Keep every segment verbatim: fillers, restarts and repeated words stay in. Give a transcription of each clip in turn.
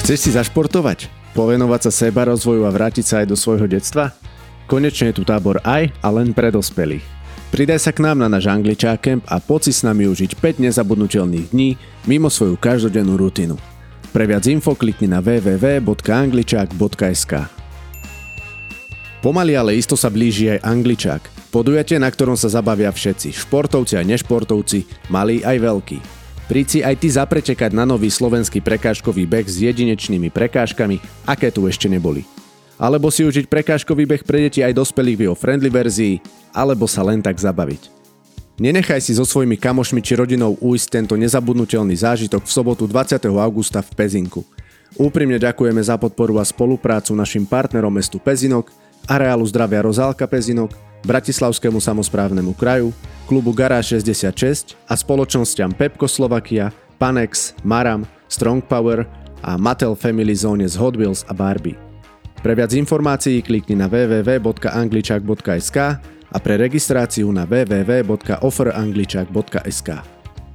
Chceš si zašportovať? Povenovať sa seba rozvoju a vrátiť sa aj do svojho detstva? Konečne je tu tábor aj a len pre dospelých. Pridaj sa k nám na náš Angličák Camp a poď si s nami užiť päť nezabudnutelných dní mimo svoju každodennú rutinu. Pre viac info klikni na w w w bodka angličák bodka es ka. Pomaly ale isto sa blíži aj Angličák. Podujatie, na ktorom sa zabavia všetci, športovci aj nešportovci, malí aj veľkí. Príď si aj ty zapretekať na nový slovenský prekážkový beh s jedinečnými prekážkami, aké tu ešte neboli. Alebo si užiť prekážkový beh pre deti aj dospelých v jeho friendly verzii, alebo sa len tak zabaviť. Nenechaj si so svojimi kamošmi či rodinou ujsť tento nezabudnutelný zážitok v sobotu dvadsiateho augusta v Pezinku. Úprimne ďakujeme za podporu a spoluprácu našim partnerom mestu Pezinok, Areálu zdravia Rozálka Pezinok, Bratislavskému samosprávnemu kraju, klubu Garáž šesťdesiatšesť a spoločnosťam Pepco Slovakia, Panex, Maram, Strong Power a Mattel Family Zone z Hot Wheels a Barbie. Pre viac informácií klikni na w w w bodka angličák bodka es ka a pre registráciu na w w w bodka offer angličák bodka es ka.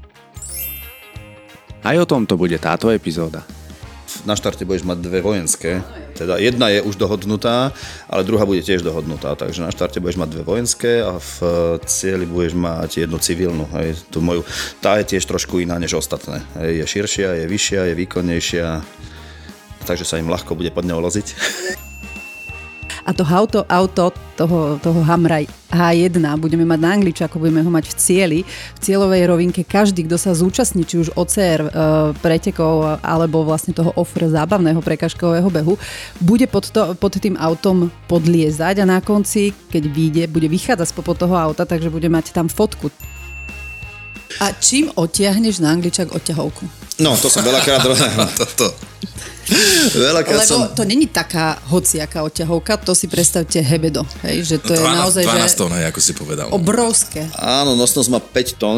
Aj o tomto bude táto epizóda. Na štarte budeš mať dve vojenské, teda jedna je už dohodnutá, ale druhá bude tiež dohodnutá, takže na štarte budeš mať dve vojenské a v cieli budeš mať jednu civilnú. Hej, tú moju, tá je tiež trošku iná než ostatné. Hej, je širšia, je vyššia, je výkonnejšia, takže sa im ľahko bude pod ňou loziť. A to auto, auto toho, toho Hamra há jeden budeme mať na Angličáku, budeme ho mať v cieli, v cieľovej rovinke. Každý, kto sa zúčastní, či už ó cé er e, pretekov alebo vlastne toho offer zábavného prekážkového behu, bude pod, to, pod tým autom podliezať a na konci, keď vyjde, bude vychádzať spod toho auta, takže bude mať tam fotku. A čím odtiahneš na Angličák odťahovku? No, to som veľakrát rozhodol. Toto. Veľakrát Lebo som... to není taká hociaká odťahovka, to si predstavte hebedo, hej, že to no, je naozaj dvanásť tón, hej, ako si povedal. Obrovské. Áno, nosnosť má päť tón.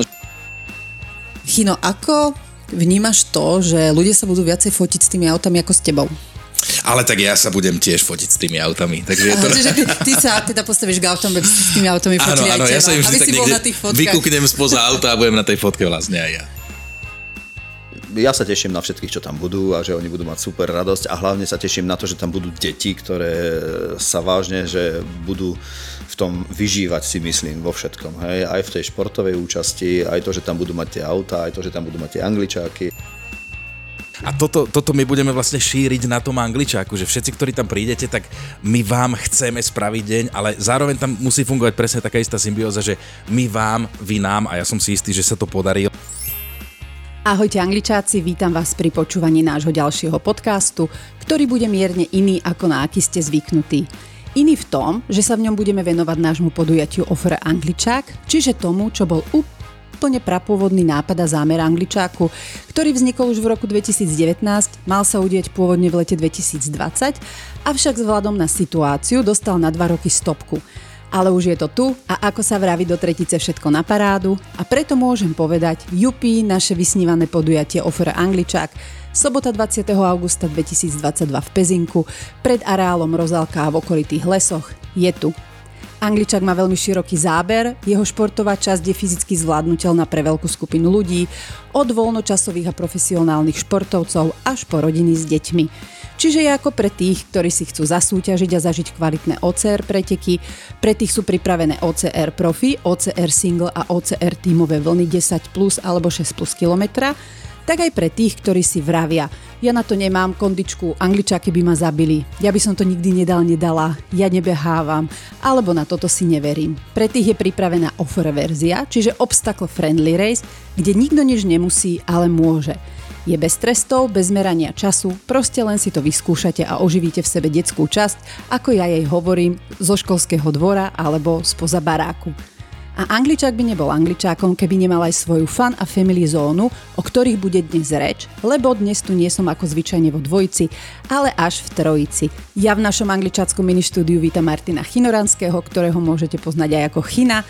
Chino, ako vnímaš to, že ľudia sa budú viacej fotiť s tými autami ako s tebou? Ale tak ja sa budem tiež fotiť s tými autami. Takže je to... Aha, že ty, ty sa teda postavíš k autom, aby si s tými autami fotili aj teba. Áno, ja sa im vždy tak niekde vykúknem spoza auta a budem na tej fotke vlastne aj ja. Ja sa teším na všetkých, čo tam budú a že oni budú mať super radosť a hlavne sa teším na to, že tam budú deti, ktoré sa vážne, že budú v tom vyžívať, si myslím, vo všetkom. Hej? Aj v tej športovej účasti, aj to, že tam budú mať tie autá, aj to, že tam budú mať tie angličáky. A toto, toto my budeme vlastne šíriť na tom Angličáku, že všetci, ktorí tam prídete, tak my vám chceme spraviť deň, ale zároveň tam musí fungovať presne taká istá symbióza, že my vám, vy nám a ja som si istý, že sa to podarí. Ahojte Angličáci, vítam vás pri počúvaní nášho ďalšieho podcastu, ktorý bude mierne iný, ako na aký ste zvyknutí. Iný v tom, že sa v ňom budeme venovať nášmu podujatiu Offer Angličák, čiže tomu, čo bol úplne prapôvodný nápad a zámer Angličáku, ktorý vznikol už v roku dvetisícdevätnásť, mal sa udieť pôvodne v lete dvetisícdvadsať, avšak vzhľadom na situáciu dostal na dva roky stopku. Ale už je to tu a ako sa vraví do tretice všetko na parádu a preto môžem povedať jupi, naše vysnívané podujatie Offer Angličák, sobota dvadsiateho augusta dvetisícdvadsaťdva v Pezinku, pred areálom Rozálka a v okolitých lesoch, je tu. Angličák má veľmi široký záber, jeho športová časť je fyzicky zvládnutelná pre veľkú skupinu ľudí, od voľnočasových a profesionálnych športovcov až po rodiny s deťmi. Čiže je ako pre tých, ktorí si chcú zasúťažiť a zažiť kvalitné ó cé er preteky, pre tých sú pripravené ó cé er Profi, ó cé er Single a ó cé er tímové vlny desať plus alebo šesť plus kilometra, tak aj pre tých, ktorí si vravia, ja na to nemám kondičku, Angličáky by ma zabili, ja by som to nikdy nedal, nedala, ja nebehávam, alebo na toto si neverím. Pre tých je pripravená offer verzia, čiže obstacle friendly race, kde nikto nič nemusí, ale môže. Je bez trestov, bez merania času, proste len si to vyskúšate a oživíte v sebe detskú časť, ako ja jej hovorím, zo školského dvora alebo spoza baráku. A Angličák by nebol Angličákom, keby nemal aj svoju fun a family zónu, o ktorých bude dnes reč, lebo dnes tu nie som ako zvyčajne vo dvojici, ale až v trojici. Ja v našom angličáckom ministúdiu vítam Martina Chinoranského, ktorého môžete poznať aj ako China,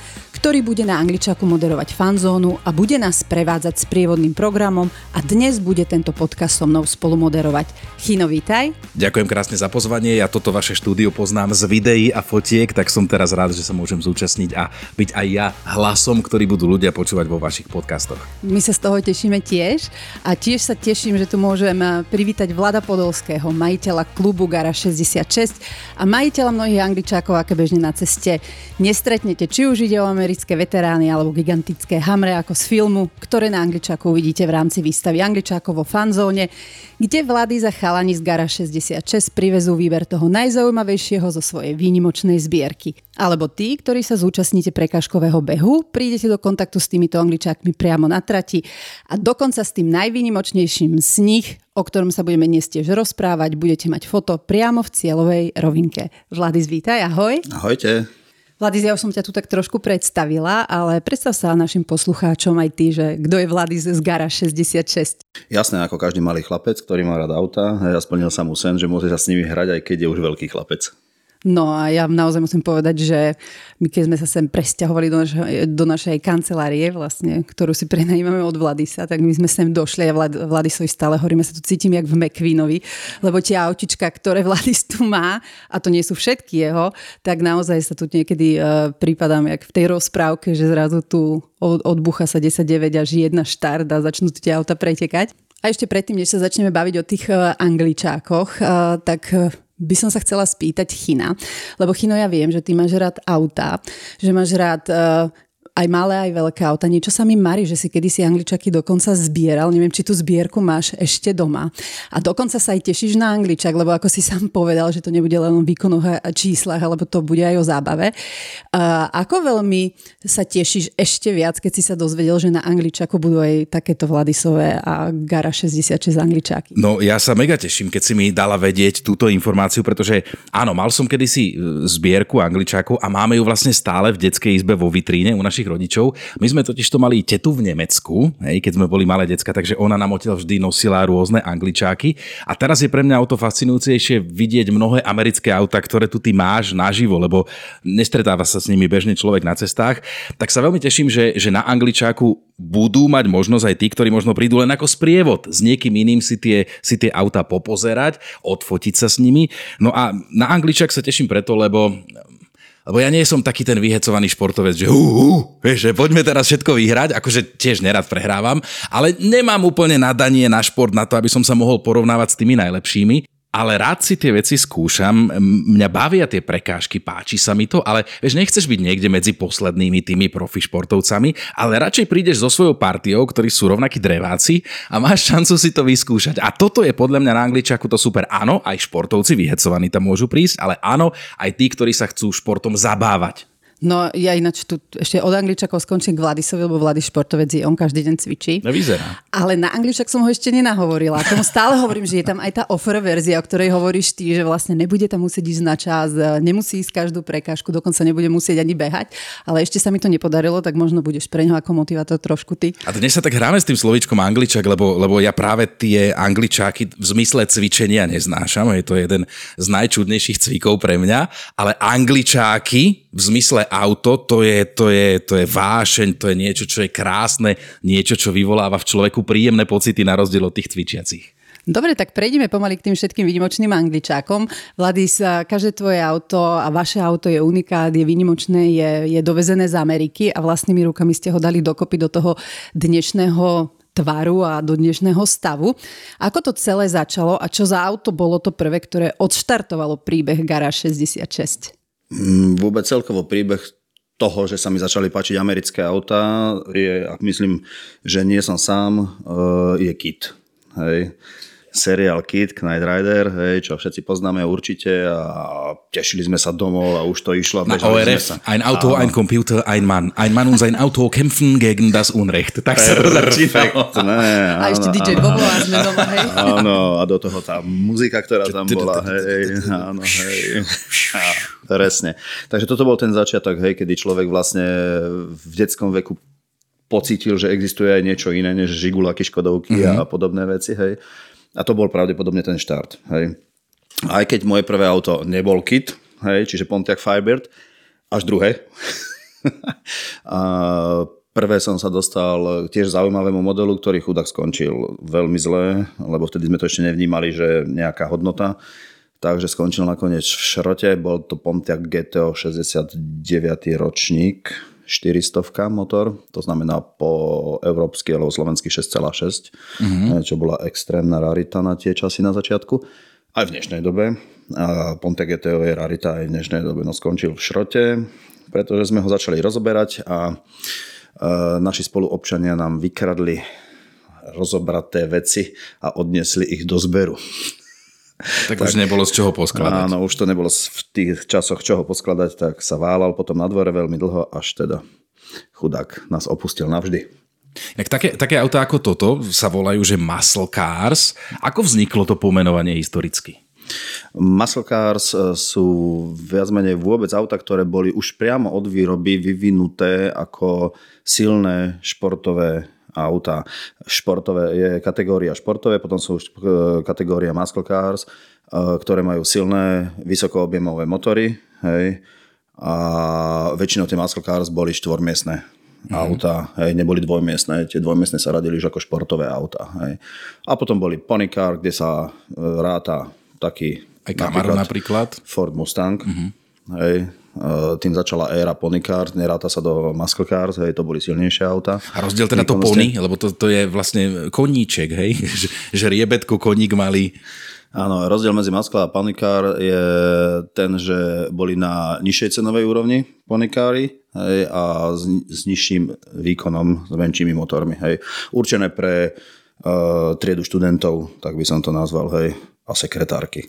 ktorý bude na Angličaku moderovať fanzónu a bude nás prevádzať s prievodným programom a dnes bude tento podcast so mnou spolu moderovať. Chino, vítaj. Ďakujem krásne za pozvanie, ja toto vaše štúdio poznám z videí a fotiek, tak som teraz rád, že sa môžem zúčastniť a byť aj ja hlasom, ktorý budú ľudia počúvať vo vašich podcastoch. My sa z toho tešíme tiež a tiež sa teším, že tu môžem privítať Vlada Podolského, majiteľa klubu Garage šesťdesiatšesť a majiteľa mnohých Angličákov, aké bežne na ceste nestretnete, či už ide o americké veterány alebo gigantické hamre ako z filmu, ktoré na Angličáku uvidíte v rámci výstavy Angličákov vo fanzóne, kde Vlady za chalani z Garage šesťdesiatšesť privezú výber toho najzaujímavejšieho zo svojej výnimočnej zbierky. Alebo tí, ktorí sa zúčastníte prekážkového behu, prídete do kontaktu s týmito Angličákmi priamo na trati a dokonca s tým najvýnimočnejším z nich, o ktorom sa budeme dnes tiež rozprávať, budete mať foto priamo v cieľovej rovinke. Vladis, vítaj, ahoj. Ahojte. Vladis, ja už som ťa tu tak trošku predstavila, ale predstav sa našim poslucháčom aj ty, že kto je Vladis z Garage šesťdesiatšesť. Jasné, ako každý malý chlapec, ktorý má rád auta, ja splnil sa mu sen, že môže sa s nimi hrať, aj keď je už veľký chlapec. No a ja naozaj musím povedať, že my keď sme sa sem presťahovali do, naš- do našej kancelárie, vlastne, ktorú si prenajímame od Vladisa, tak my sme sem došli a Vlad- Vladisovi stále hovoríme, sa tu cítim jak v McQueenovi, lebo tie autička, ktoré Vladis tu má, a to nie sú všetky jeho, tak naozaj sa tu niekedy uh, prípadám jak v tej rozprávke, že zrazu tu od, odbucha sa desať deväť až jedna štart a začnú tu tie auta pretekať. A ešte predtým, než sa začneme baviť o tých uh, Angličákoch, uh, tak... Uh, by som sa chcela spýtať China, lebo Chino, ja viem, že ty máš rád auta, že máš rád uh, aj malé, aj veľké auta. Niečo sa mi marí, že si kedysi Angličaky dokonca zbieral. Neviem, či tú zbierku máš ešte doma. A dokonca sa aj tešíš na Angličak, lebo ako si sám povedal, že to nebude len o výkonoch a číslach, alebo to bude aj o zábave. Uh, ako veľmi sa tešíš ešte viac, keď si sa dozvedel, že na Angličaku budú aj takéto Vladisové a Garage šesťdesiatšesť Angličáky? No ja sa mega teším, keď si mi dala vedieť túto informáciu, pretože áno, mal som kedysi zbierku Angličákov a máme ju vlastne stále v detskej izbe vo vitríne u našich rodičov. My sme totiž to mali tetu v Nemecku, hej, keď sme boli malé decka, takže ona nám odtiaľ vždy nosila rôzne Angličáky a teraz je pre mňa o to fascinujúcejšie vidieť mnohé americké auta, ktoré tu ty máš naživo, lebo nestretáva sa s nimi bežne človek na cestách. Tak sa veľmi teším, že, že na Angličáku budú mať možnosť aj tí, ktorí možno prídu len ako sprievod. S niekým iným si tie, si tie auta popozerať, odfotiť sa s nimi. No a na Angličák sa teším preto, lebo Lebo ja nie som taký ten vyhecovaný športovec, že, uh, uh, vieš, že poďme teraz všetko vyhrať, akože tiež nerad prehrávam, ale nemám úplne nadanie na šport na to, aby som sa mohol porovnávať s tými najlepšími. Ale rád si tie veci skúšam, mňa bavia tie prekážky, páči sa mi to, ale vieš, nechceš byť niekde medzi poslednými tými profi športovcami, ale radšej prídeš so svojou partiou, ktorí sú rovnakí dreváci a máš šancu si to vyskúšať. A toto je podľa mňa na Angličaku to super. Áno, aj športovci vyhecovaní tam môžu prísť, ale áno, aj tí, ktorí sa chcú športom zabávať. No ja ináč tu ešte od Angličakov skončím k Vladisovi, lebo Vladis športovec je, on každý deň cvičí. Nevyzerá. Ale na Angličak som ho ešte nenahovorila. Tomu stále hovorím, že je tam aj tá offer verzia, o ktorej hovoríš ty, že vlastne nebude tam musieť ísť na čas, nemusí ísť každú prekážku, dokonca nebude musieť ani behať, ale ešte sa mi to nepodarilo, tak možno budeš pre ňo ako motivátor trošku ty. A dnes sa tak hráme s tým slovíčkom Angličak, lebo, lebo ja práve tie Angličáky v zmysle cvičenia neznášam, je to jeden z najčudnejších cvikov pre mňa, ale Angličáky v zmysle auto, to je, to, je, to je vášeň, to je niečo, čo je krásne, niečo, čo vyvoláva v človeku príjemné pocity na rozdiel od tých cvičiacich. Dobre, tak prejdeme pomaly k tým všetkým výnimočným Angličákom. Vladis, každé tvoje auto a vaše auto je unikát, je výnimočné, je, je dovezené z Ameriky a vlastnými rukami ste ho dali dokopy do toho dnešného tvaru a do dnešného stavu. Ako to celé začalo a čo za auto bolo to prvé, ktoré odštartovalo príbeh Garage šesťdesiatšesť? Vôbec celkovo príbeh toho, že sa mi začali páčiť americké autá, je, ak myslím, že nie som sám, je Kit. Hej. Seriál Kit, Knight Rider, hej, čo všetci poznáme určite a tešili sme sa domov a už to išlo. Na O R F, ein Auto, ein Computer, ein Mann. Ein Mann und sein Auto kämpfen gegen das Unrecht. Tak sa to začínalo. A ešte dý džej Bobo a sme doma, hej. Áno, a do toho tá muzika, ktorá tam bola, hej, áno, hej. Presne. Takže toto bol ten začiatok, hej, kedy človek vlastne v detskom veku pocítil, že existuje aj niečo iné, než žiguláky, škodovky mm-hmm. a podobné veci, hej. A to bol pravdepodobne ten štart. Hej. Aj keď moje prvé auto nebol Kit, hej, čiže Pontiac Firebird, až druhé. A prvé som sa dostal k tiež zaujímavému modelu, ktorý chudák skončil veľmi zle, lebo vtedy sme to ešte nevnímali, že nejaká hodnota. Takže skončil nakoniec v šrote. Bol to Pontiac gé té ó šesťdesiatdeväť ročník, štyristovka motor, to znamená po európsky alebo slovenský šesť celá šesť, mm-hmm. čo bola extrémna rarita na tie časy na začiatku. Aj v dnešnej dobe. A Pontiac gé té ó je rarita aj v dnešnej dobe. No skončil v šrote, pretože sme ho začali rozoberať a naši spoluobčania nám vykradli rozobraté veci a odniesli ich do zberu. Tak, tak už nebolo z čoho poskladať. Áno, už to nebolo v tých časoch čoho poskladať, tak sa válal potom na dvore veľmi dlho, až teda chudák nás opustil navždy. Jak také, také autá ako toto sa volajú, že muscle cars. Ako vzniklo to pomenovanie historicky? Muscle cars sú viac menej vôbec auta, ktoré boli už priamo od výroby vyvinuté ako silné športové auta. Športové je kategória športové, potom sú kategória muscle cars, ktoré majú silné vysokoobjemové motory. Hej. A väčšinou tie muscle cars boli štvormiestne mm. auta, hej, neboli dvojmiestne. Tie dvojmiestne sa radili už ako športové auta. Hej. A potom boli pony car, kde sa ráta taký aj Camaro napríklad. Ford Mustang. Mm-hmm. Hej. Tým začala éra pony car, neráta sa do muscle cars, hej, to boli silnejšie auta. A rozdiel teda to pony, lebo to, to je vlastne koníček, hej, že, že riebetko, koník malý. Áno, rozdiel medzi muscle a pony car je ten, že boli na nižšej cenovej úrovni pony cary, hej, a s, s nižším výkonom, s menšími motormi. Hej. Určené pre uh, triedu študentov, tak by som to nazval, hej. A sekretárky.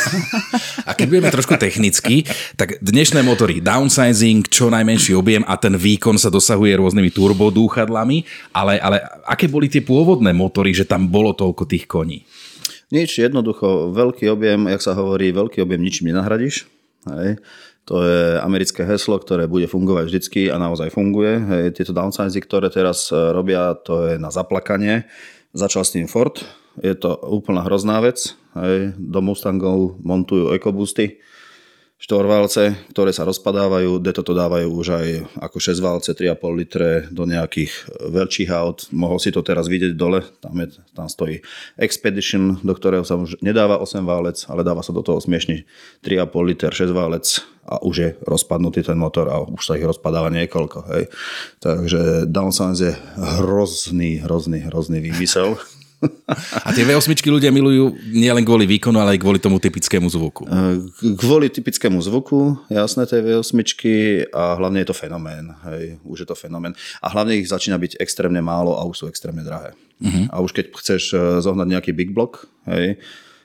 A keď budeme trošku technicky, tak dnešné motory downsizing, čo najmenší objem a ten výkon sa dosahuje rôznymi turbodúchadlami, ale, ale aké boli tie pôvodné motory, že tam bolo toľko tých koní? Nič, jednoducho, veľký objem, jak sa hovorí, veľký objem ničím nenahradíš. Hej. To je americké heslo, ktoré bude fungovať vždycky a naozaj funguje. Hej. Tieto downsizy, ktoré teraz robia, to je na zaplakanie. Začal s tým Ford. Je to úplná hrozná vec. Hej. Do Mustangov montujú EcoBoosty, štvorválce, ktoré sa rozpadávajú. Deto to dávajú už aj ako šesťválce, tri a pol litre do nejakých veľkých aut. Mohol si to teraz vidieť dole. Tam, je, tam stojí Expedition, do ktorého sa už nedáva osemválec, ale dáva sa do toho smiešný tri a pol liter šesťválec a už je rozpadnutý ten motor a už sa ich rozpadáva niekoľko. Hej. Takže downsize je hrozný, hrozný, hrozný výmysel. A tie vé osem ľudia milujú nielen kvôli výkonu, ale aj kvôli tomu typickému zvuku. Kvôli typickému zvuku, jasné, tie vé osem a hlavne je to fenomén. Hej, už je to fenomén. A hlavne ich začína byť extrémne málo a už sú extrémne drahé. Uh-huh. A už keď chceš zohnať nejaký big block, hej,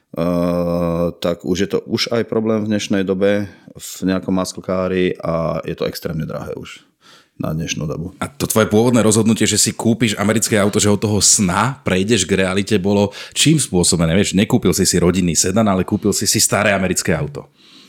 uh, tak už je to už aj problém v dnešnej dobe v nejakom muscle kári a je to extrémne drahé už na dnešnú dobu. A to tvoje pôvodné rozhodnutie, že si kúpiš americké auto, že od toho sna prejdeš k realite, bolo čím spôsobené? Vieš, nekúpil si si rodinný sedan, ale kúpil si si staré americké auto.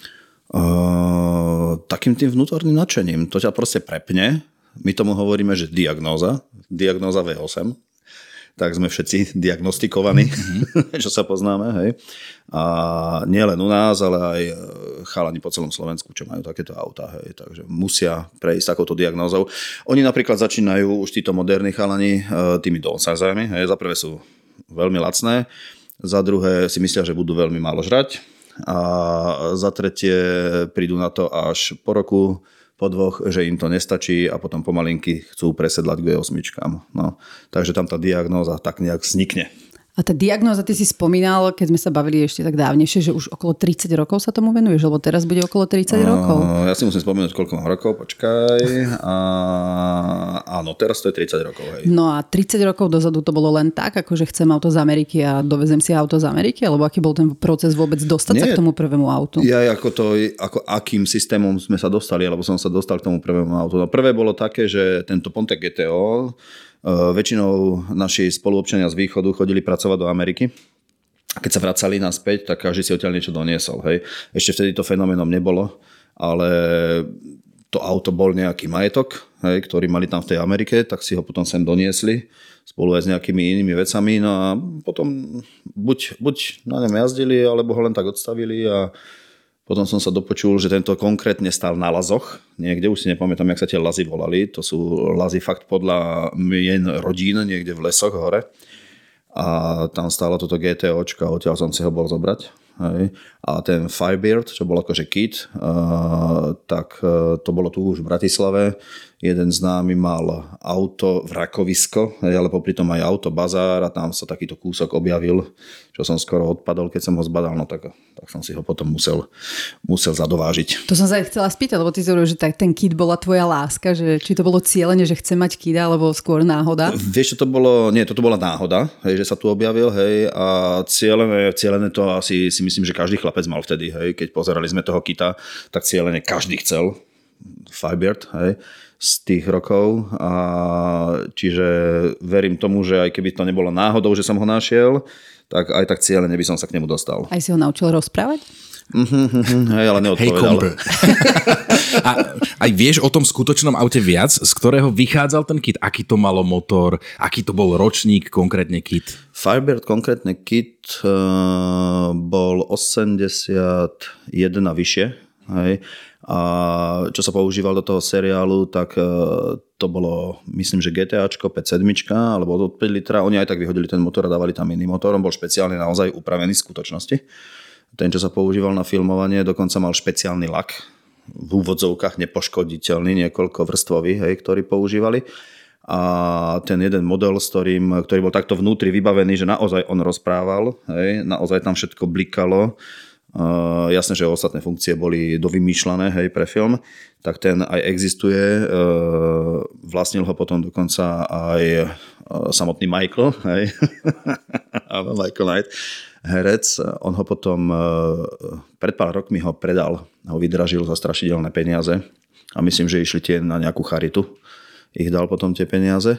Uh, takým tým vnútorným nadšením. To ťa proste prepne. My tomu hovoríme, že diagnóza. Diagnóza vé osem. Tak sme všetci diagnostikovaní, mm-hmm. čo sa poznáme. Hej. A nie len u nás, ale aj chalani po celom Slovensku, čo majú takéto autá. Hej. Takže musia prejsť takouto diagnózou. Oni napríklad začínajú už títo moderní chalani tými downsizami. Za prvé sú veľmi lacné, za druhé si myslia, že budú veľmi málo žrať a za tretie prídu na to až po roku, po dvoch, že im to nestačí a potom pomalinky chcú presedlať k vé osem. No, takže tam tá diagnóza tak nejak vznikne. A tá diagnóza, ty si spomínal, keď sme sa bavili ešte tak dávnejšie, že už okolo tridsať rokov sa tomu venuješ, lebo teraz bude okolo tridsať rokov. Ja si musím spomenúť, koľko mám rokov, počkaj. A, áno, teraz to je tridsať rokov. Hej. No a tridsať rokov dozadu to bolo len tak, ako že chcem auto z Ameriky a dovezem si auto z Ameriky, alebo aký bol ten proces vôbec dostať Nie, sa k tomu prvému autu? Ja ako to, ako akým systémom sme sa dostali, alebo som sa dostal k tomu prvému autu. No prvé bolo také, že tento Pontiac gé té ó, väčšinou naši spoluobčania z východu chodili pracovať do Ameriky. A keď sa vracali naspäť, tak každý si odtiaľ niečo doniesol. Hej. Ešte vtedy to fenoménom nebolo, ale to auto bol nejaký majetok, hej, ktorý mali tam v tej Amerike, tak si ho potom sem doniesli spolu aj s nejakými inými vecami. No a potom buď, buď na ňom jazdili, alebo ho len tak odstavili a Potom som sa dopočul, že tento konkrétne stál na lazoch. Niekde, už si nepamätám, jak sa tie lazy volali. To sú lazy fakt podľa mien rodín, niekde v lesoch hore. A tam stálo toto GTOčko a odtiaľ som si ho bol zobrať. Hej. A ten Firebird, čo bol akože kit, uh, tak uh, to bolo tu už v Bratislave. Jeden známy mal auto vrakovisko, ale popri tom aj auto bazár a tam sa takýto kúsok objavil, čo som skoro odpadol, keď som ho zbadal, no tak, tak som si ho potom musel, musel zadovážiť. To som sa aj chcela spýtať, lebo ty si hovoril, že tak ten kit bola tvoja láska, že či to bolo cieľene, že chce mať kit, alebo skôr náhoda? Vieš, čo to bolo? Nie, toto bola náhoda, hej, že sa tu objavil, hej, a cieľene, cieľene to asi si myslím, že každý chlapec mal vtedy, hej, keď pozerali sme toho kita, tak cieľene každý chcel Firebird, hej, z tých rokov, a čiže verím tomu, že aj keby to nebolo náhodou, že som ho našiel, tak aj tak cieľene by som sa k nemu dostal. Aj si ho naučil rozprávať? Mm-hmm, hej, ale neodpovedal. Hej, a aj vieš o tom skutočnom aute viac, z ktorého vychádzal ten kit? Aký to malo motor? Aký to bol ročník, konkrétne kit? Firebird, konkrétne kit, uh, bol osemdesiatjeden a vyššie. Hej. A čo sa používal do toho seriálu, tak uh, to bolo, myslím, že GTAčko päť sedem, alebo od päť litra. Oni aj tak vyhodili ten motor a dávali tam iný motor. On bol špeciálne naozaj upravený v skutočnosti. Ten, čo sa používal na filmovanie, dokonca mal špeciálny lak, v úvodzovkách nepoškoditeľný, niekoľko vrstvový, hej, ktorý používali. A ten jeden model, s ktorým, ktorý bol takto vnútri vybavený, že naozaj on rozprával, hej, naozaj tam všetko blikalo. Uh, jasné, že ostatné funkcie boli dovymýšľané, hej, pre film, tak ten aj existuje. Uh, vlastnil ho potom dokonca aj uh, samotný Michael, hej. Áno, Michael Knight, herec. On ho potom uh, pred pár rokmi ho predal, ho vydražil za strašidelné peniaze a myslím, že išli tie na nejakú charitu. Ich dal potom tie peniaze.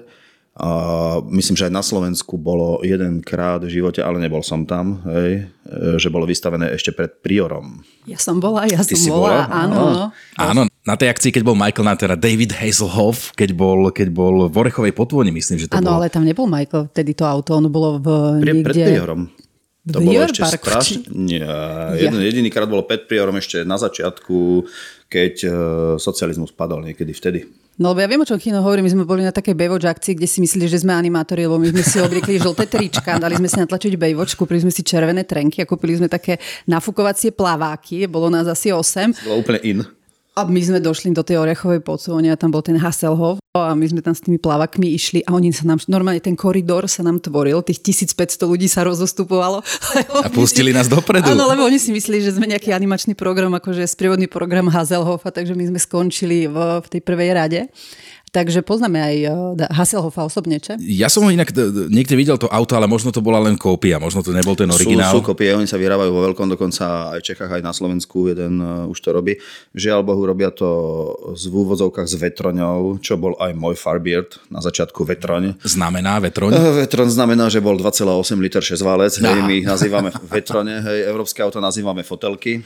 A myslím, že aj na Slovensku bolo jedenkrát v živote, ale nebol som tam, hej, že bolo vystavené ešte pred Priorom. Ja som bola, ja Ty som bola, bola, áno. Áno, na tej akcii, keď bol Michael Knight, teda David Hasselhoff, keď bol, keď bol v Orechovej Potvoni, myslím, že to áno, bolo. ale tam nebol Michael, vtedy to auto, ono bolo v Pri, niekde... Pred Priorom. To v bolo Your ešte Parku, strašne. Nie, jeden, jediný krát bolo pred Priorom ešte na začiatku, keď uh, socializmus padol niekedy vtedy. No lebo ja viem, o čom kino hovorím, my sme boli na takej Baywatch akcii, kde si mysleli, že sme animátori, lebo my sme si obliekli žlté trička, dali sme si natlačiť Baywatch, kúpili sme si červené trenky a kúpili sme také nafukovacie plaváky, bolo nás asi osem. To bolo úplne in. A my sme došli do tej Orechovej Potvone a tam bol ten Hasselhoff a my sme tam s tými plavakmi išli a oni sa nám, normálne ten koridor sa nám tvoril, tých tisícpäťsto ľudí sa rozostupovalo. A pustili nás dopredu. Áno, lebo oni si mysleli, že sme nejaký animačný program, akože sprievodný program Hasselhoffa, takže my sme skončili v, v tej prvej rade. Takže poznáme aj Hasselhoffa osobne, čo? Ja som ho inak niekde videl to auto, ale možno to bola len kópia, možno to nebol ten originál. Sú, sú kópie, oni sa vyrábajú vo veľkom, dokonca aj v Čechách, aj na Slovensku, jeden uh, už to robí. Žiaľ Bohu, robia to z úvodzovkách s vetroňou, čo bol aj môj Firebird, na začiatku vetroň. Znamená vetroň? Uh, vetroň znamená, že bol dva celé osem liter šesťválec, no. Hej, my ich nazývame vetrone, hej, európske auto nazývame fotelky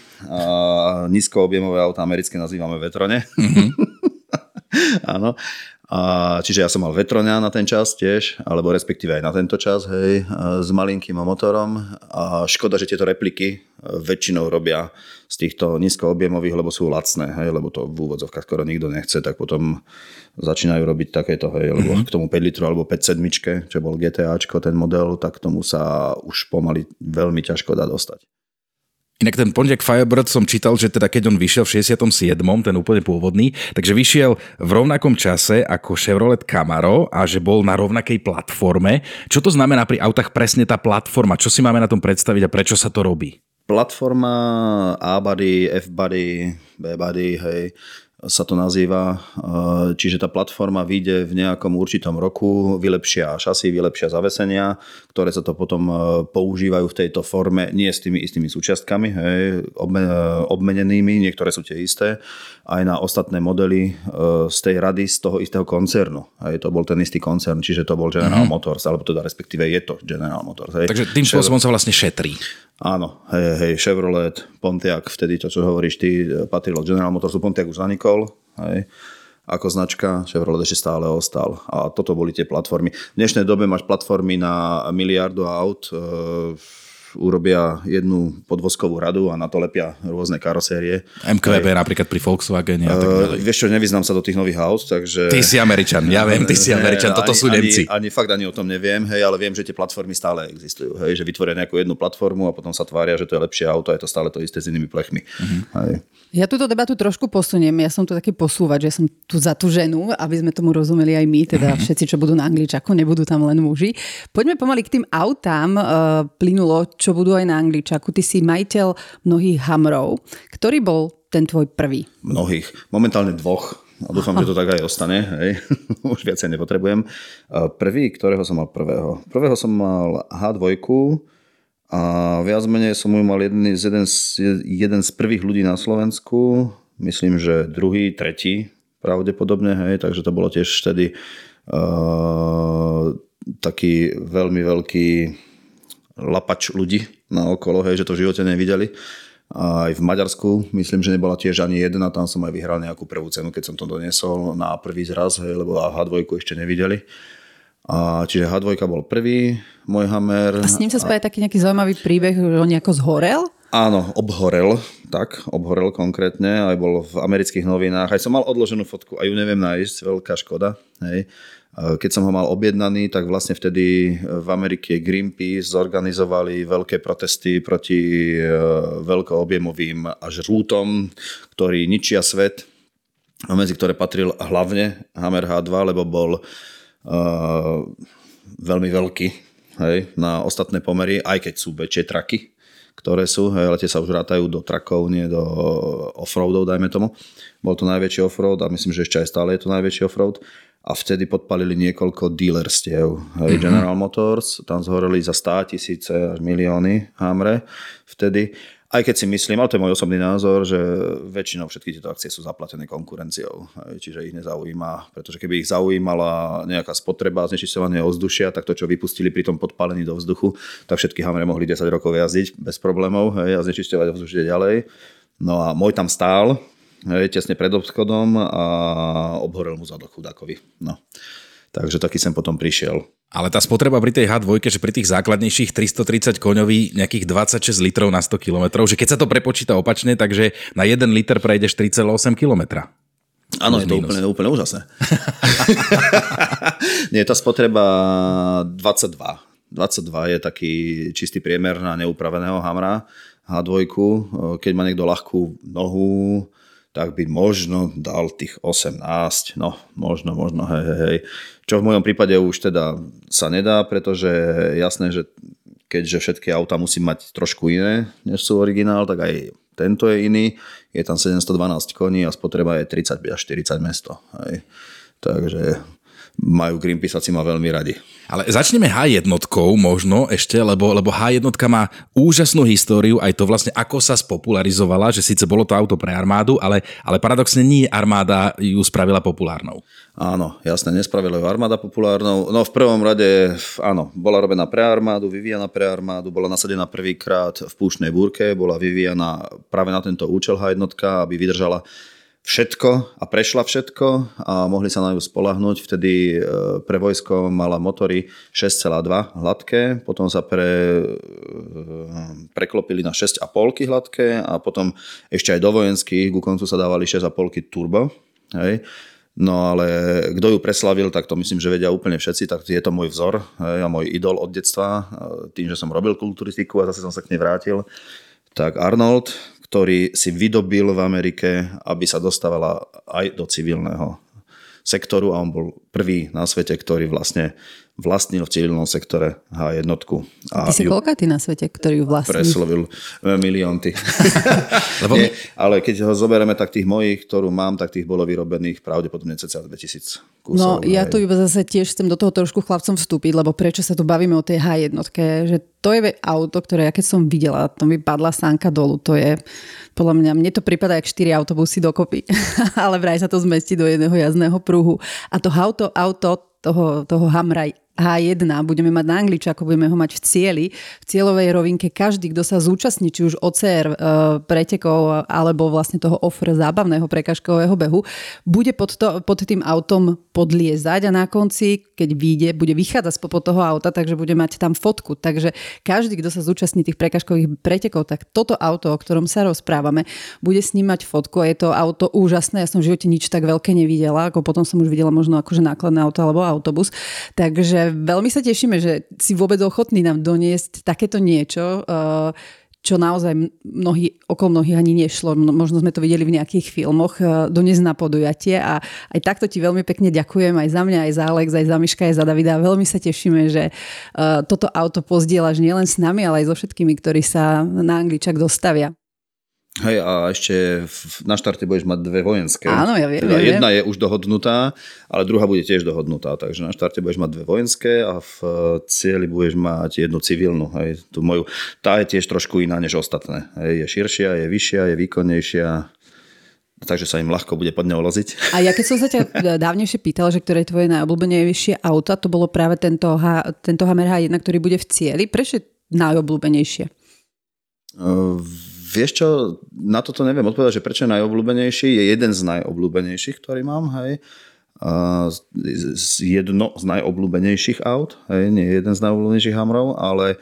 a nízkoobjemové auto americké nazývame vetrone. Mm-hmm. Áno. A čiže ja som mal vetroňa na ten čas tiež, alebo respektíve aj na tento čas, hej, s malinkým motorom. A škoda, že tieto repliky väčšinou robia z týchto nízkoobjemových, lebo sú lacné, hej, lebo to v úvodzovkách skoro nikto nechce, tak potom začínajú robiť takéto, hej, lebo mm-hmm. k tomu päť litru alebo päť sedem, čo bol GTAčko, ten model, tak tomu sa už pomaly veľmi ťažko dá dostať. Inak ten Pontiac Firebird som čítal, že teda keď on vyšiel v šesťdesiatom siedmom, ten úplne pôvodný, takže vyšiel v rovnakom čase ako Chevrolet Camaro a že bol na rovnakej platforme. Čo to znamená pri autách presne tá platforma? Čo si máme na tom predstaviť a prečo sa to robí? Platforma A-body, F-body, B-body, hej, sa to nazýva. Čiže tá platforma vyjde v nejakom určitom roku, vylepšia šasy, vylepšia zavesenia, ktoré sa to potom používajú v tejto forme, nie s tými istými súčiastkami, hej, obmenenými, niektoré sú tie isté, aj na ostatné modely z tej rady, z toho istého koncernu. Hej, to bol ten istý koncern, čiže to bol General mm-hmm. Motors, alebo teda respektíve je to General Motors. Hej. Takže tým spôsobom sa vlastne šetrí. Áno, hej, hej, Chevrolet, Pontiac, vtedy to, čo hovoríš ty, patrilo General Motorsu, Pontiac už zanikol, hej, ako značka, Chevrolet ešte stále ostal. A toto boli tie platformy. V dnešnej dobe máš platformy na miliardu aut, urobia jednu podvozkovú radu a na to lepia rôzne karosérie. em kvé bé napríklad pri Volkswagene a tak ďalej. Uh, vieš čo, nevyznám sa do tých nových aut, takže... Ty si Američan, ja viem, ty si Američan, toto ani, sú Nemci. Ani, ani fakt ani o tom neviem, hej, ale viem, že tie platformy stále existujú, hej, že vytvoria nejakú jednu platformu a potom sa tvária, že to je lepšie auto a je to stále to isté s inými plechmi. Uh-huh. Hej. Ja túto debatu trošku posuniem, ja som tu taký posúvač, že som tu za tú ženu, aby sme tomu rozumeli aj my, teda všetci, čo budú na Angličaku, nebudú tam len muži. Poďme pomaly k tým autám, uh, plynulo, čo budú aj na Angličaku. Ty si majiteľ mnohých Hummerov. Ktorý bol ten tvoj prvý? Mnohých. Momentálne dvoch. A dúfam, že to tak aj ostane. Hej. Už viacej nepotrebujem. Prvý, ktorého som mal prvého? Prvého som mal há dva a viac menej som ju mal jeden, jeden, jeden z prvých ľudí na Slovensku. Myslím, že druhý, tretí pravdepodobne. Hej. Takže to bolo tiež vtedy uh, taký veľmi veľký lapač ľudí na okolo, hej, že to v živote nevideli. A aj v Maďarsku, myslím, že nebola tiež ani jedna, tam som aj vyhral nejakú prvú cenu, keď som to doniesol na prvý zraz, hej, lebo há dva ešte nevideli. A čiže há dva bol prvý, môj Hummer. A s ním sa spája a... taký nejaký zaujímavý príbeh, že on nejako zhorel? Áno, obhorel, tak, obhorel konkrétne, aj bol v amerických novinách, aj som mal odloženú fotku, aj ju neviem nájsť, veľká škoda, hej. Keď som ho mal objednaný, tak vlastne vtedy v Amerike Greenpeace zorganizovali veľké protesty proti veľkoobjemovým až rútom, ktorí ničia svet, medzi ktoré patril hlavne Hummer há dva, lebo bol uh, veľmi veľký, hej, na ostatné pomery, aj keď sú väčšie traky, ktoré sú, hej, ale tie sa už rátajú do trakov, nie do offroadov, dajme tomu. Bol to najväčší offroad a myslím, že ešte aj stále je to najväčší offroad. A vtedy podpalili niekoľko dealerstiev. Hej, General Motors, tam zhoreli za stá tisíce až milióny Hummere vtedy. Aj keď si myslím, ale to je môj osobný názor, že väčšinou všetky tieto akcie sú zaplatené konkurenciou. Hej, čiže ich nezaujíma, pretože keby ich zaujímala nejaká spotreba a znečisťovanie ovzdušia, tak to, čo vypustili pri tom podpálení do vzduchu, tak všetky Hummere mohli desať rokov jazdiť bez problémov, hej, a znečisťovať ovzdušie ďalej. No a môj tam stál, hej, tesne pred obchodom a obhorel mu zadok chudákovi. No. Takže taký sem potom prišiel. Ale tá spotreba pri tej há dva, že pri tých základnejších tristotridsať koňový nejakých dvadsaťšesť litrov na sto kilometrov, že keď sa to prepočíta opačne, takže na jeden liter prejdeš tri celé osem kilometra. Áno, je to úplne, úplne úžasné. Nie, tá spotreba dvadsaťdva. dvadsaťdva je taký čistý priemer na neupraveného Hummera há dva. Keď má niekto ľahkú nohu, tak by možno dal tých osemnásť, no možno, možno, hej, hej, hej. Čo v mojom prípade už teda sa nedá, pretože jasné, že keďže všetky auta musí mať trošku iné, než sú originál, tak aj tento je iný, je tam sedemstodvanásť koní a spotreba je tridsať až štyridsať mesto, hej. Takže majú Greenpeaceaci ma veľmi radi. Ale začneme há jedna možno ešte, lebo, lebo há jedna má úžasnú históriu, aj to vlastne ako sa spopularizovala, že síce bolo to auto pre armádu, ale, ale paradoxne nie armáda ju spravila populárnou. Áno, jasne, nespravila ju armáda populárnou. No v prvom rade, áno, bola robená pre armádu, vyvíjana pre armádu, bola nasadená prvýkrát v Púštnej búrke, bola vyvíjana práve na tento účel há jedna, aby vydržala všetko a prešla všetko a mohli sa na ňu spoľahnúť. Vtedy pre vojsko mala motory šesť celá dva hladké, potom sa pre, preklopili na šesť celá päť hladké a potom ešte aj do vojenských ku koncu sa dávali šesť celá päť turbo. Hej. No ale kto ju preslavil, tak to myslím, že vedia úplne všetci, tak je to môj vzor, hej, a môj idol od detstva, tým, že som robil kulturistiku a zase som sa k nej vrátil. Tak Arnold, ktorý si vydobil v Amerike, aby sa dostávala aj do civilného sektoru a on bol prvý na svete, ktorý vlastne vlastnil v civilnom sektore há jedna. A ty si koľkátý na svete, ktorý ju vlastní? Preslovil milión ty. Lebo... Nie, ale keď ho zoberieme, tak tých mojich, ktorú mám, tak tých bolo vyrobených pravdepodobne cca dvetisíc kusov. No ja tu iba zase tiež chcem do toho trošku chlapcom vstúpiť, lebo prečo sa tu bavíme o tej há jedna, že to je auto, ktoré ja keď som videla, to mi padla sánka dolu, to je podľa mňa, mne to prípada jak štyri autobusy dokopy, ale vraj sa to zmestí do jedného jazdného pruhu. A to auto, auto toho, toho Hummera há jedna budeme mať na Angličáku, budeme ho mať v cieli, v cieľovej rovinke. Každý, kto sa zúčastní, či už ó cé er, e, pretekov alebo vlastne toho ofr zábavného prekažkového behu, bude pod, to, pod tým autom podliezať a na konci, keď vyjde, bude vychádzať spod toho auta, takže bude mať tam fotku. Takže každý, kto sa zúčastní tých prekažkových pretekov, tak toto auto, o ktorom sa rozprávame, bude snímať fotku a je to auto úžasné. Ja som v živote nič tak veľké nevidela, ako potom som už videla možno akože nákladné auto alebo autobus. Takže veľmi sa tešíme, že si vôbec ochotní nám doniesť takéto niečo, čo naozaj mnohí, okolo mnohých ani nešlo. Možno sme to videli v nejakých filmoch, doniesť na podujatie a aj takto ti veľmi pekne ďakujem aj za mňa, aj za Alex, aj za Miška, aj za Davida. Veľmi sa tešíme, že toto auto pozdieľaš nielen s nami, ale aj so všetkými, ktorí sa na Angličák dostavia. Hej, a ešte na štarte budeš mať dve vojenské. Áno, ja viem. Teda ja jedna viem. je už dohodnutá, ale druhá bude tiež dohodnutá. Takže na štarte budeš mať dve vojenské a v cieli budeš mať jednu civilnú. Hej, tú moju, tá je tiež trošku iná než ostatné. Hej, je širšia, je vyššia, je výkonnejšia, takže sa im ľahko bude pod ňou loziť. A ja keď som sa ťa dávnejšie pýtala, že ktoré je tvoje najobľúbenejšie auto, to bolo práve tento, tento Hammer há jeden, ktorý bude v cieli. Prečo je najobľúbenejšie? Uh, Vieš čo, na toto neviem odpovedať, že prečo je najobľúbenejší. Je jeden z najobľúbenejších, ktorý mám, hej. Jedno z najobľúbenejších aut, hej. Nie jeden z najobľúbenejších Hammerov, ale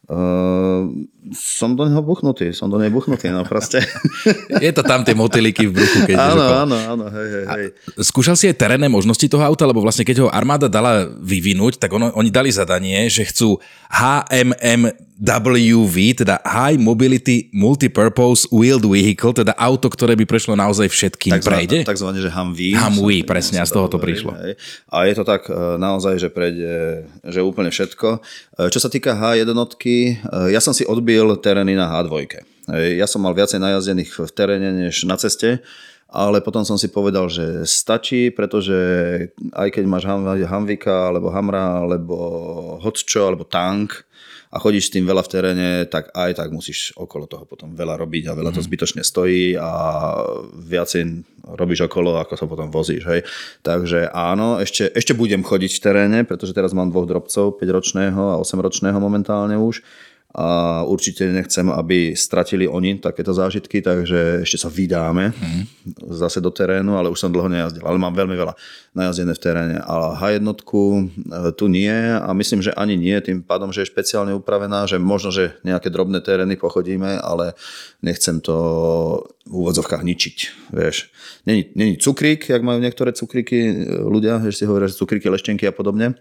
uh, som do neho buchnutý, som do neho buchnutý, no proste. Je to tam tie motýliky v bruchu, keď áno, áno, áno, hej, hej, hej. Skúšal si aj terénne možnosti toho auta, lebo vlastne keď ho armáda dala vyvinúť, tak ono, oni dali zadanie, že chcú há em em dubľú vé, teda High Mobility Multipurpose Wheeled Vehicle, teda auto, ktoré by prešlo naozaj všetkým. Takzvané, prejde? Takzvané, že Humvee. Humvee, presne, a z toho to prišlo. Hej. A je to tak naozaj, že prejde, že úplne všetko. Čo sa týka há jeden, ja som si odbil terény na há dva. Ja som mal viacej najazdených v teréne než na ceste, ale potom som si povedal, že stačí, pretože aj keď máš Humveeka, alebo Hamra, alebo hocčo, alebo tank, a chodíš s tým veľa v teréne, tak aj tak musíš okolo toho potom veľa robiť a veľa to zbytočne stojí a viacej robíš okolo, ako sa potom vozíš. Hej. Takže áno, ešte, ešte budem chodiť v teréne, pretože teraz mám dvoch drobcov, päťročného a osemročného momentálne už. A určite nechcem, aby stratili oni takéto zážitky, takže ešte sa vydáme mm. zase do terénu, ale už som dlho nejazdil. Ale mám veľmi veľa najazdené v teréne. A há jeden tu nie a myslím, že ani nie, tým pádom, že je špeciálne upravená, že možno, že nejaké drobné terény pochodíme, ale nechcem to v úvodzovkách ničiť. Vieš. Není, není cukrík, jak majú niektoré cukríky ľudia, že si hovoria, že cukríky, leštenky a podobne,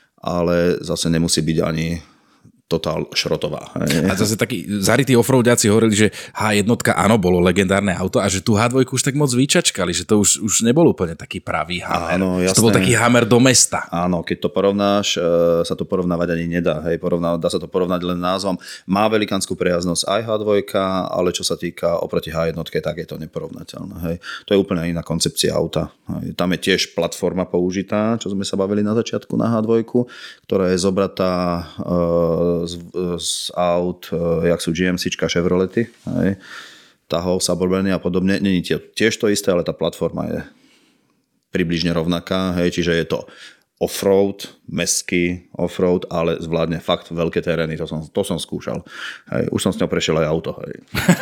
ale zase nemusí byť ani totál šrotová. A zase takí zarytí offroadiaci hovorili, že há jeden áno, bolo legendárne auto a že tu há dva už tak moc vyčačkali, že to už, už nebol úplne taký pravý Hammer. Áno, jasné. To bol taký Hammer do mesta. Áno, keď to porovnáš, sa to porovnávať ani nedá. Hej, porovná, dá sa to porovnať len názvom. Má velikánsku prejazdnosť aj há dva, ale čo sa týka oproti há jeden, tak je to neporovnateľné. Hej. To je úplne iná koncepcia auta. Hej. Tam je tiež platforma použitá, čo sme sa bavili na začiatku na há dva, ktorá je zobratá e, Z, z aut, jak sú gé em céčka, Chevrolety, hej, Tahoe, Suburbany a podobne. Není tiež to isté, ale tá platforma je približne rovnaká, hej, čiže je to offroad, mestský offroad, ale zvládne fakt veľké terény, to som, to som skúšal. Hej, už som s ňou prešiel aj auto. Hej.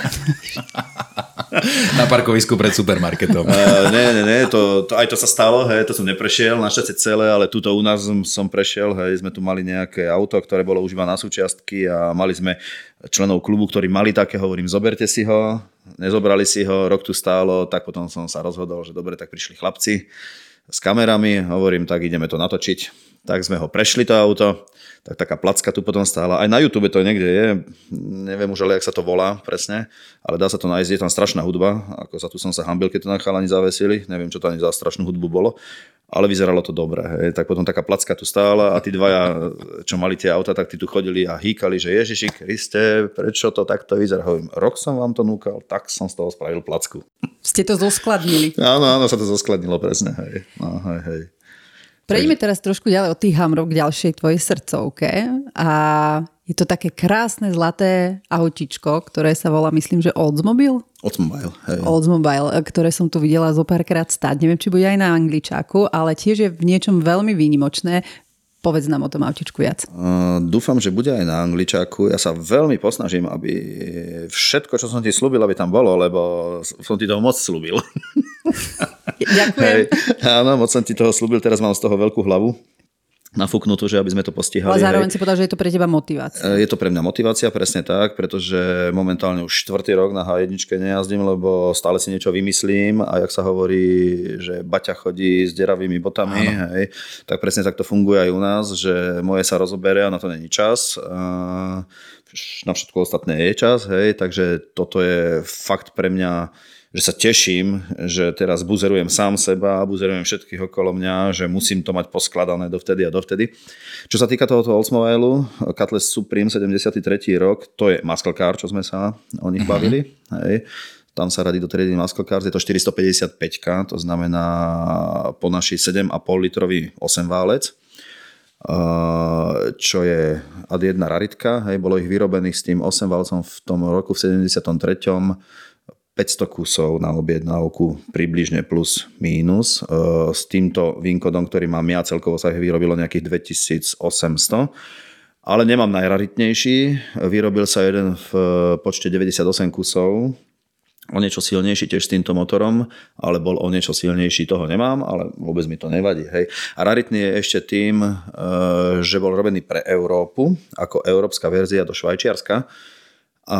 Na parkovisku pred supermarketom. Uh, nie, nie, nie, to, to, aj to sa stalo, hej, to som neprešiel, našťastie celé, ale tuto u nás som prešiel, hej, sme tu mali nejaké auto, ktoré bolo už iba na súčiastky a mali sme členov klubu, ktorí mali také, hovorím, zoberte si ho, nezobrali si ho, rok tu stálo, tak potom som sa rozhodol, že dobre, tak prišli chlapci s kamerami, hovorím, tak ideme to natočiť. Tak sme ho prešli, to auto, tak taká placka tu potom stála. Aj na YouTube to niekde je, neviem už, ale jak sa to volá presne, ale dá sa to nájsť, je tam strašná hudba, ako sa tu som sa hambil, keď to na chalani zavesili, neviem, čo to ani za strašnú hudbu bolo, ale vyzeralo to dobre. Hej. Tak potom taká placka tu stála a tí dvaja, čo mali tie auta, tak tí tu chodili a hýkali, že Ježiši Kriste, prečo to takto vyzerá? Hovorím, rok som vám to núkal, tak som z toho spravil placku. Ste to zoskladnili. Áno, áno, sa to zoskladnilo presne. Hej. No, hej, hej. Prejdeme teraz trošku ďalej od tých Hammerov k ďalšej tvojej srdcovke a je to také krásne zlaté autičko, ktoré sa volá, myslím, že Oldsmobile? Oldsmobile, hej. Oldsmobile, ktoré som tu videla zo párkrát stáť. Neviem, či bude aj na Angličáku, ale tiež je v niečom veľmi výnimočné. Povedz nám o tom autičku viac. Uh, dúfam, že bude aj na Angličáku. Ja sa veľmi posnažím, aby všetko, čo som ti slúbil, aby tam bolo, lebo som ti toho moc slúbil. Ďakujem. Hej, áno, moc som ti toho slúbil, teraz mám z toho veľkú hlavu nafúknutú, že aby sme to postihali. Ale zároveň hej. si povedal, že je to pre teba motivácia. Je to pre mňa motivácia, presne tak, pretože momentálne už štvrtý rok na há jedna nejazdím, lebo stále si niečo vymyslím a jak sa hovorí, že Baťa chodí s deravými botami, hej, tak presne tak to funguje aj u nás, že moje sa rozoberie a na to není čas. Na všetko ostatné je čas, hej, takže toto je fakt pre mňa, že sa teším, že teraz buzerujem sám seba, buzerujem všetkých okolo mňa, že musím to mať poskladané dovtedy a dovtedy. Čo sa týka tohoto Oldsmobile, Cutlass Supreme sedemdesiaty tretí rok, to je muscle car, čo sme sa o nich bavili. Uh-huh. Hej. Tam sa radí do triedy muscle cars, je to štyristopäťdesiatpäť, to znamená po naši sedem a pol litrový osemválec, čo je ad jedna raritka. Hej. Bolo ich vyrobených s tým osemválcom v tom roku v sedemdesiatom treťom päťsto kusov na objednávku, približne plus mínus. S týmto výnkodom, ktorý mám ja, celkovo sa ich vyrobilo nejakých dvetisícosemsto. Ale nemám najraritnejší. Vyrobil sa jeden v počte deväťdesiatosem kusov. O niečo silnejší tiež s týmto motorom, ale bol o niečo silnejší, toho nemám, ale vôbec mi to nevadí. Hej. A raritný je ešte tým, že bol robený pre Európu, ako európska verzia do Švajčiarska. A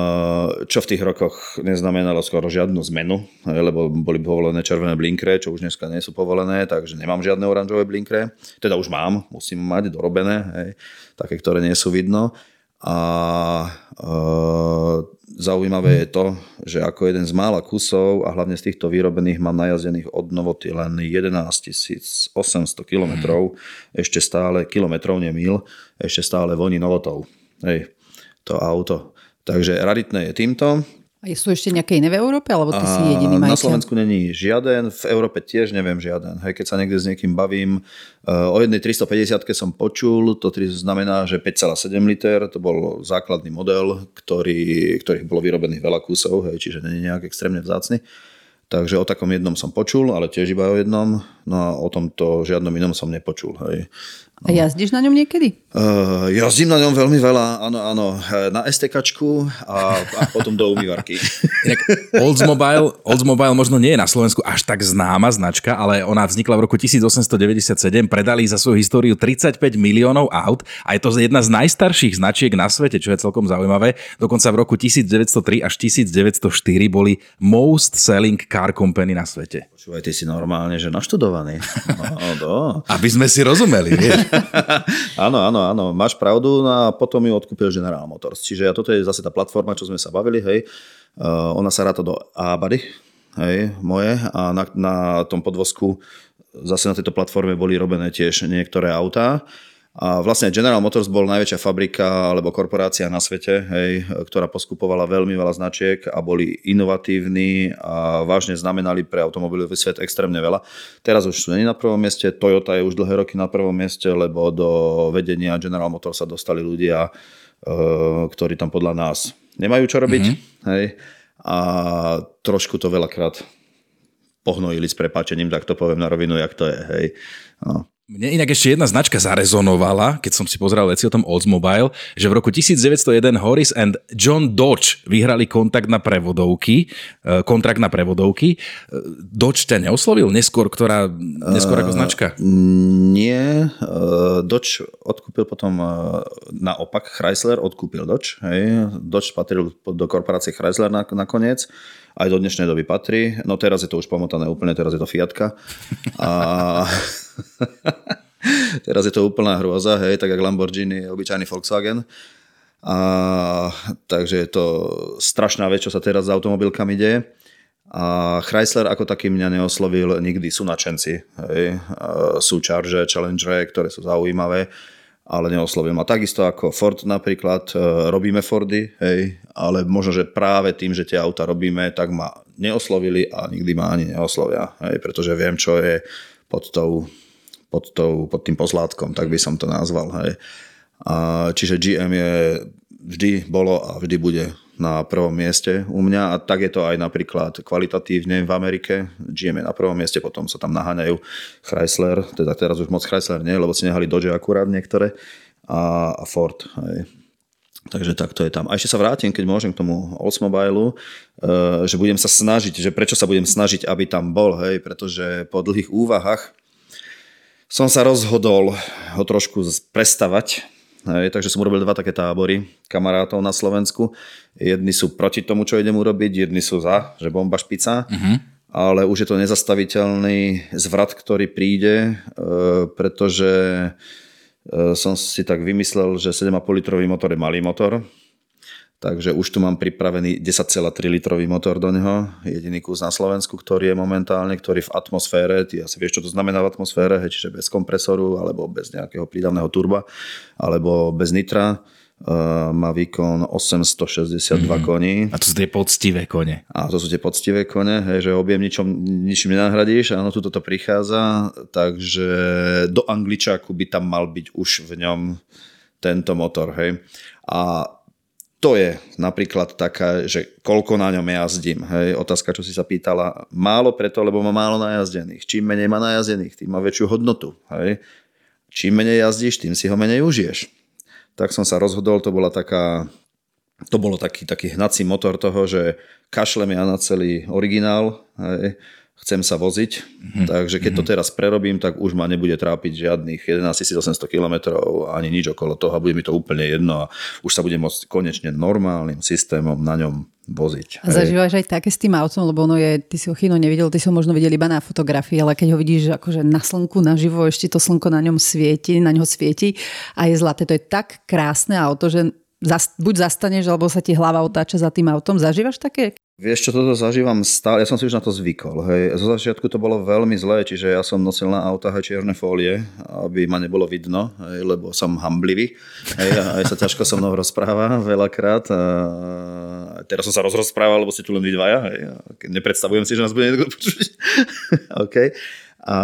čo v tých rokoch neznamenalo skoro žiadnu zmenu, lebo boli povolené červené blinkre, čo už dneska nie sú povolené, takže nemám žiadne oranžové blinkre. Teda už mám, musím mať dorobené, hej, také, ktoré nie sú vidno. A e, zaujímavé je to, že ako jeden z mála kusov a hlavne z týchto vyrobených mám najazdených od Novoty len jedenásťtisícosemsto kilometrov, ešte stále, kilometrov, nie mil, ešte stále voní Novotou. Hej, to auto. Takže raritné je týmto. A sú ešte nejaké iné v Európe, alebo ty si jediný majiteľ? Na Slovensku není žiaden, v Európe tiež neviem žiaden. Hej, keď sa niekde s niekým bavím, o jednej tristopäťdesiatke som počul, to znamená, že päť celá sedem liter, to bol základný model, ktorý, ktorých bolo vyrobených veľa kusov, hej, čiže nie je nejak extrémne vzácny. Takže o takom jednom som počul, ale tiež iba o jednom, no a o tomto žiadnom inom som nepočul. Hej. A jazdíš na ňom niekedy? Uh, jazdím na ňom veľmi veľa, áno, áno. Na STKčku a, a potom do umývarky. Oldsmobile, Oldsmobile možno nie je na Slovensku až tak známa značka, ale ona vznikla v roku tisícosemstodeväťdesiatsedem, predali za svoju históriu tridsaťpäť miliónov aut a je to jedna z najstarších značiek na svete, čo je celkom zaujímavé. Dokonca v roku devätnásťstotri až devätnásťstoštyri boli most selling car company na svete. Počúvaj, ty si normálne, že naštudovaný. No, no. Aby sme si rozumeli, vieš. Áno, áno, áno, máš pravdu, no a potom ju odkúpil General Motors. Čiže toto je zase tá platforma, čo sme sa bavili, hej. Uh, ona sa ráta do A-body, hej, moje, a na, na tom podvozku zase na tejto platforme boli robené tiež niektoré autá. A vlastne General Motors bol najväčšia fabrika alebo korporácia na svete, hej, ktorá poskupovala veľmi veľa značiek a boli inovatívni a vážne znamenali pre automobilový svet extrémne veľa. Teraz už sú nie na prvom mieste, Toyota je už dlhé roky na prvom mieste, lebo do vedenia General Motors sa dostali ľudia, ktorí tam podľa nás nemajú čo robiť. Mm-hmm. Hej, a trošku to veľakrát pohnojili s prepáčením, tak to poviem na rovinu, jak to je. Hej. No. Mne inak ešte jedna značka zarezonovala, keď som si pozrel veci o tom Oldsmobile, že v roku devätnásťsto jeden Horace and John Dodge vyhrali kontakt na prevodovky, kontrakt na prevodovky. Dodge ťa neoslovil neskôr, ktorá, neskôr ako značka? Uh, nie. Uh, Dodge odkúpil potom, uh, naopak Chrysler odkúpil Dodge. Hej. Dodge patril do korporácie Chrysler nakoniec. Aj do dnešnej doby patrí. No teraz je to už pomotané úplne, teraz je to Fiatka. A teraz je to úplná hrôza, hej, tak jak Lamborghini je obyčajný Volkswagen. A takže je to strašná vec, čo sa teraz s automobilkami deje. A Chrysler ako taký mňa neoslovil nikdy, sú nadšenci. Hej. Sú Charger, Challenger, ktoré sú zaujímavé, ale neoslovil ma. Takisto ako Ford napríklad, robíme Fordy, hej, ale možno, že práve tým, že tie auta robíme, tak ma neoslovili a nikdy ma ani neoslovia, hej, pretože viem, čo je pod, tou, pod, tou, pod tým poslátkom, tak by som to nazval. Hej. A čiže gé em je vždy bolo a vždy bude na prvom mieste u mňa a tak je to aj napríklad kvalitatívne v Amerike. gé em je na prvom mieste, potom sa tam naháňajú Chrysler, teda teraz už moc Chrysler nie, lebo si nehali Dodge akurát niektoré a, a Ford. Hej. Takže tak to je tam. A ešte sa vrátim, keď môžem k tomu Oldsmobile, že budem sa snažiť, že prečo sa budem snažiť, aby tam bol, hej, pretože po dlhých úvahách som sa rozhodol ho trošku prestavať. Hej, takže som urobil dva také tábory kamarátov na Slovensku. Jedni sú proti tomu, čo idem urobiť, jedni sú za, že bomba špica. Uh-huh. Ale už je to nezastaviteľný zvrat, ktorý príde, pretože som si tak vymyslel, že sedem a pol litrový motor je malý motor. Takže už tu mám pripravený desať celá tri litrový motor do neho. Jediný kus na Slovensku, ktorý je momentálne, ktorý v atmosfére, ty asi vieš, čo to znamená v atmosfére, hej, čiže bez kompresoru, alebo bez nejakého prídavného turba, alebo bez nitra. Uh, má výkon osemstošesťdesiatdva mm. koní. A to sú tie poctivé kone. A to sú tie poctivé kone, hej, že objem ničom, ničím nenahradíš. Áno, tuto to prichádza, takže do angličáku by tam mal byť už v ňom tento motor. Hej. A to je napríklad taká, že koľko na ňom jazdím. Hej. Otázka, čo si sa pýtala. Málo preto, lebo má málo najazdených. Čím menej má najazdených, tým má väčšiu hodnotu. Hej. Čím menej jazdíš, tým si ho menej užiješ. Tak som sa rozhodol, to bola taká, to bolo taký, taký hnací motor toho, že kašlem ja na celý originál, hej. Chcem sa voziť, mm-hmm. takže keď to teraz prerobím, tak už ma nebude trápiť žiadnych jedenásťtisícosemsto kilometrov ani nič okolo toho a bude mi to úplne jedno a už sa budem môcť konečne normálnym systémom na ňom voziť. A zažívaš aj také s tým autom, lebo ono je, ty si ho Chino nevidel, ty si ho možno videl iba na fotografii, ale keď ho vidíš akože na slnku, naživo, ešte to slnko na ňom svieti, na ňo svieti a je zlaté. To je tak krásne auto, že buď zastaneš, alebo sa ti hlava otáča za tým autom. Zažívaš také? Vieš čo, toto zažívam stále, ja som si už na to zvykol. Hej. Zo začiatku to bolo veľmi zlé, čiže ja som nosil na autách aj čierne fólie, aby ma nebolo vidno, hej, lebo som hamblivý. Hej, a aj sa ťažko so mnou rozpráva veľakrát. A teraz som sa rozrozprával, lebo ste tu len vy dvaja. Hej. Nepredstavujem si, že nás bude niekto počuť. OK. A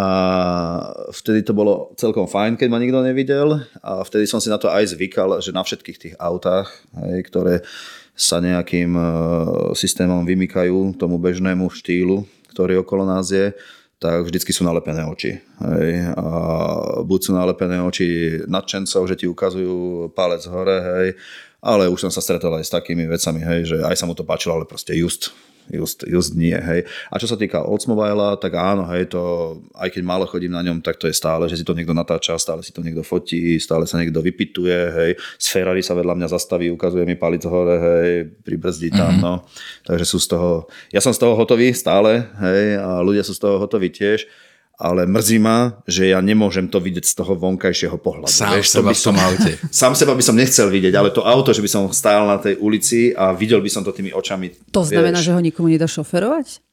vtedy to bolo celkom fajn, keď ma nikto nevidel. A vtedy som si na to aj zvykal, že na všetkých tých autách, hej, ktoré sa nejakým systémom vymykajú tomu bežnému štýlu, ktorý okolo nás je, tak vždycky sú nalepené oči. Hej. A buď sú nalepené oči nadšencov, že ti ukazujú palec hore, hej, ale už som sa stretol aj s takými vecami, hej, že aj sa mu to páčilo, ale proste just, just, just nie. Hej. A čo sa týka Oldsmobile, tak áno, hej, to, aj keď málo chodím na ňom, tak to je stále, že si to niekto natáča, stále si to niekto fotí, stále sa niekto vypituje, hej. Z Ferrari sa vedľa mňa zastaví, ukazuje mi palec hore, hej, pribrzdí tam, mm-hmm. no. Takže sú z toho, ja som z toho hotový stále, hej, a ľudia sú z toho hotoví tiež. Ale mrzí ma, že ja nemôžem to vidieť z toho vonkajšieho pohľadu. Sám Vieš, seba by som, v tom aute. Sám seba by som nechcel vidieť, ale to auto, že by som stál na tej ulici a videl by som to tými očami. To znamená, vieš, že ho nikomu nedá šoferovať?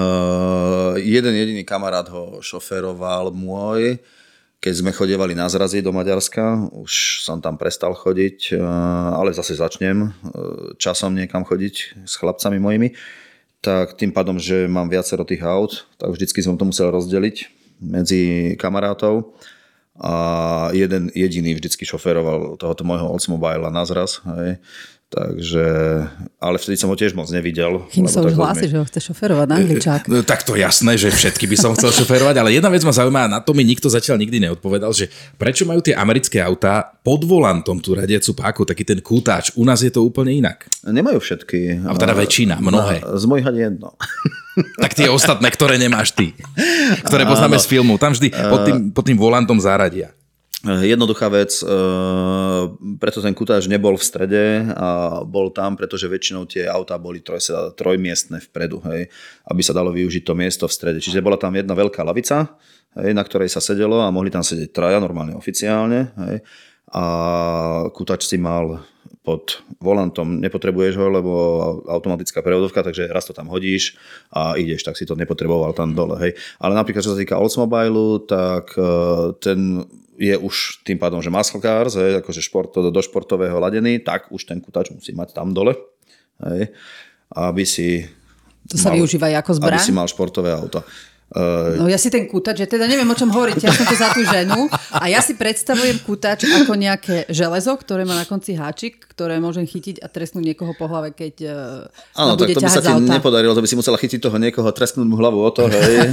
Uh, jeden jediný kamarát ho šoferoval môj, keď sme chodievali na zrazy do Maďarska. Už som tam prestal chodiť, uh, ale zase začnem uh, časom niekam chodiť s chlapcami mojimi. Tak tým pádom, že mám viacero tých aut, tak vždycky som to musel rozdeliť medzi kamarátov a jeden jediný vždycky šoferoval tohoto môjho Oldsmobile na zraz. Hej. Takže, ale vtedy som ho tiež moc nevidel. Chým sa už hlási, že ho chce šoferovať na angličák. No, tak to jasné, že všetky by som chcel šoferovať, ale jedna vec ma zaujíma, a na to mi nikto zatiaľ nikdy neodpovedal, že prečo majú tie americké autá pod volantom tú radiacu páku, taký ten kútač. U nás je to úplne inak. Nemajú všetky. A teda väčšina, mnohé. Z mojich ani jedno. Tak tie ostatné, ktoré nemáš ty. Ktoré poznáme z filmu. Tam vždy pod tým, pod tým volantom zaradia. Jednoduchá vec, preto ten kutáž nebol v strede a bol tam, pretože väčšinou tie autá boli troj, trojmiestne vpredu, hej, aby sa dalo využiť to miesto v strede. Čiže bola tam jedna veľká lavica, hej, na ktorej sa sedelo a mohli tam sedieť traja, normálne oficiálne. Hej, a kutáč si mal pod volantom, nepotrebuješ ho, lebo automatická prevodovka, takže raz to tam hodíš a ideš, tak si to nepotreboval tam dole. Hej. Ale napríklad, čo sa týka Oldsmobile, tak ten je už tým pádom, že muscle cars, hej, akože šport, do, do športového ladený, tak už ten kutač musí mať tam dole, hej, aby si to sa mal, využíva ako zbraň? Aby si mal športové auto. No ja si ten kútač, že teda neviem, o čom hovoríte, ja som tu za tú ženu a ja si predstavujem kútač ako nejaké železo, ktoré má na konci háčik, ktoré môžem chytiť a trestnúť niekoho po hlave, keď Áno, bude tak to by sa ti nepodarilo, to by si musela chytiť toho niekoho, trestnúť mu hlavu o to, hej.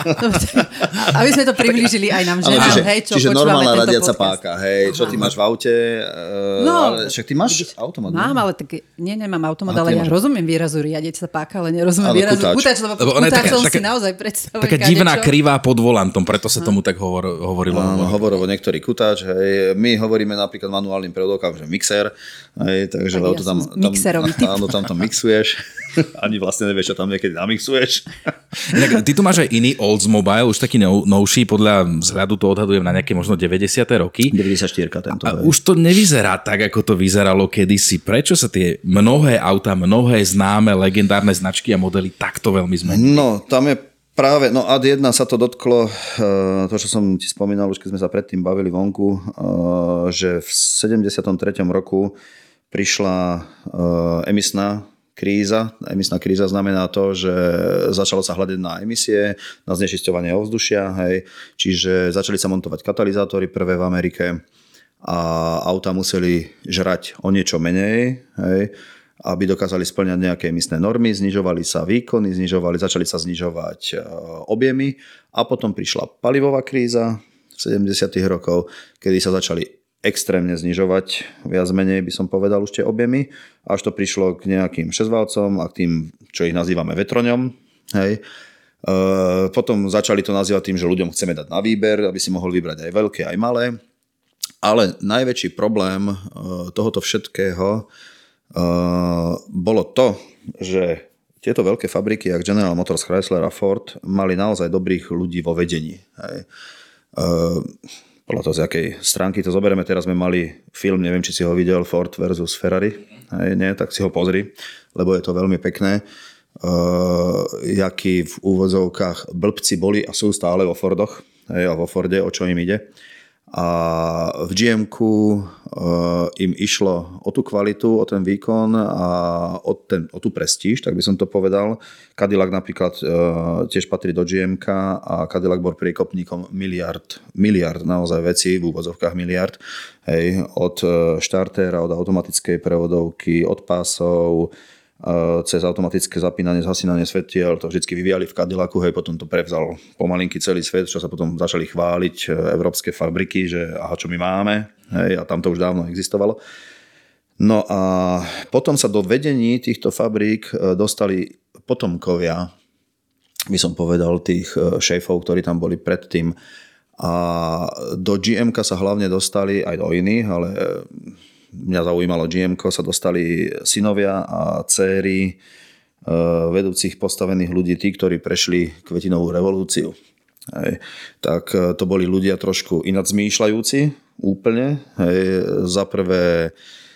Aby sme to priblížili aj nám ženám, čiže, hej, čo čiže normálna radiaca podcast. Páka, hej, čo ty máš v aute, no, ale však ty máš automat. Mám, ale tak, nie, nemám automat, ale ja rozumiem výrazu riadiaca páka, ale nerozumiem výrazu kútač, lebo kútačom si naozaj predstavujem. Taká divná krivá pod volantom, preto sa tomu tak hovor, hovorilo. Áno, hovorovo niektorý kutáč, hej. My hovoríme napríklad manuálnym prevodovkám, že mixer, hej, takže ja to tam, tam, áno, tam to mixuješ, ani vlastne nevieš, čo tam niekedy namixuješ. Inak, ty tu máš aj iný Oldsmobile, už taký nov, novší, podľa vzhľadu to odhadujem na nejaké možno deväťdesiate roky. deväťdesiatštyri tento. A hej. Už to nevyzerá tak, ako to vyzeralo kedysi. Prečo sa tie mnohé autá, mnohé známe, legendárne značky a modely takto veľmi zmenili? No, tam je práve, no ad jedna sa to dotklo, to, čo som ti spomínal, už keď sme sa predtým bavili vonku, že v sedemdesiatom treťom roku prišla emisná kríza. Emisná kríza znamená to, že začalo sa hľadať na emisie, na znečisťovanie ovzdušia, hej. Čiže začali sa montovať katalizátory prvé v Amerike a autá museli žrať o niečo menej, hej, aby dokázali spĺňať nejaké emisné normy, znižovali sa výkony, znižovali, začali sa znižovať objemy a potom prišla palivová kríza v sedemdesiatych rokov, kedy sa začali extrémne znižovať, viac menej by som povedal už tie objemy, až to prišlo k nejakým šesťvalcom a k tým, čo ich nazývame vetroňom. Hej. E, potom začali to nazývať tým, že ľuďom chceme dať na výber, aby si mohol vybrať aj veľké, aj malé. Ale najväčší problém e, tohoto všetkého Uh, bolo to, že tieto veľké fabriky, jak General Motors, Chrysler a Ford, mali naozaj dobrých ľudí vo vedení. Hej. Uh, podľa toho, z akej stránky to zoberieme, teraz sme mali film, neviem, či si ho videl, Ford versus Ferrari. Hej, nie, tak si ho pozri, lebo je to veľmi pekné. Uh, jakí v úvodzovkách blbci boli a sú stále vo Fordoch, hej, a vo Forde, o čo im ide. A v gé emku uh, im išlo o tú kvalitu, o ten výkon a o, ten, o tú prestíž, tak by som to povedal. Cadillac napríklad uh, tiež patrí do gé emka a Cadillac bol priekopníkom miliard, miliard naozaj vecí, v úvodzovkách miliard. Hej, od štartéra, od automatickej prevodovky, od pásov, cez automatické zapínanie, zhasínanie svetiel, to vždycky vyvíjali v Cadillacu, hej, potom to prevzal pomalinky celý svet, čo sa potom začali chváliť európske fabriky, že aha, čo my máme, hej, a tam to už dávno existovalo. No a potom sa do vedení týchto fabrík dostali potomkovia, by som povedal, tých šéfov, ktorí tam boli predtým. A do gé emka sa hlavne dostali aj do iných, ale mňa zaujímalo gé emko, sa dostali synovia a dcéry vedúcich postavených ľudí, tí, ktorí prešli kvetinovú revolúciu. Hej. Tak to boli ľudia trošku ináč zmýšľajúci úplne. Hej. Za prvé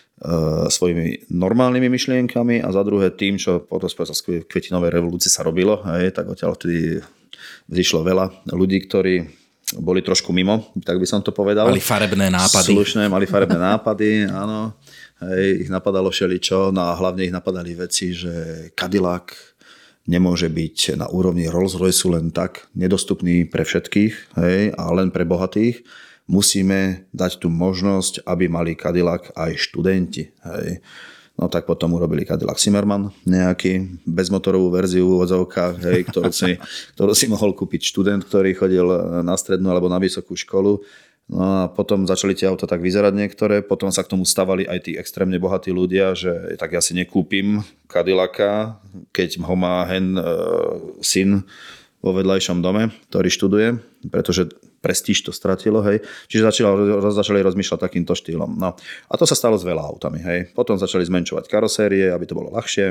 svojimi normálnymi myšlienkami a za druhé tým, čo potom z kvetinovej revolúcie sa robilo. Hej. Tak odtiaľ vtedy vzýšlo veľa ľudí, ktorí boli trošku mimo, tak by som to povedal. Mali farebné nápady. Slušné, mali farebné nápady, áno. Hej, ich napadalo všeličo, no a hlavne ich napadali veci, že Cadillac nemôže byť na úrovni Rolls-Royce len tak nedostupný pre všetkých, hej, a len pre bohatých. Musíme dať tú možnosť, aby mali Cadillac aj študenti, hej. No tak potom urobili Cadillac Zimmermann nejaký, bezmotorovú verziu v úvodzovkách, hej, ktorú, si, ktorú si mohol kúpiť študent, ktorý chodil na strednú alebo na vysokú školu. No a potom začali tie auta tak vyzerať niektoré, potom sa k tomu stavali aj tí extrémne bohatí ľudia, že tak ja si nekúpim Cadillaca, keď ho má hen e, syn vo vedľajšom dome, ktorý študuje, pretože prestíž to stratilo, hej. Čiže začali, začali rozmýšľať takýmto štýlom. No. A to sa stalo s veľa autami, hej. Potom začali zmenšovať karosérie, aby to bolo ľahšie,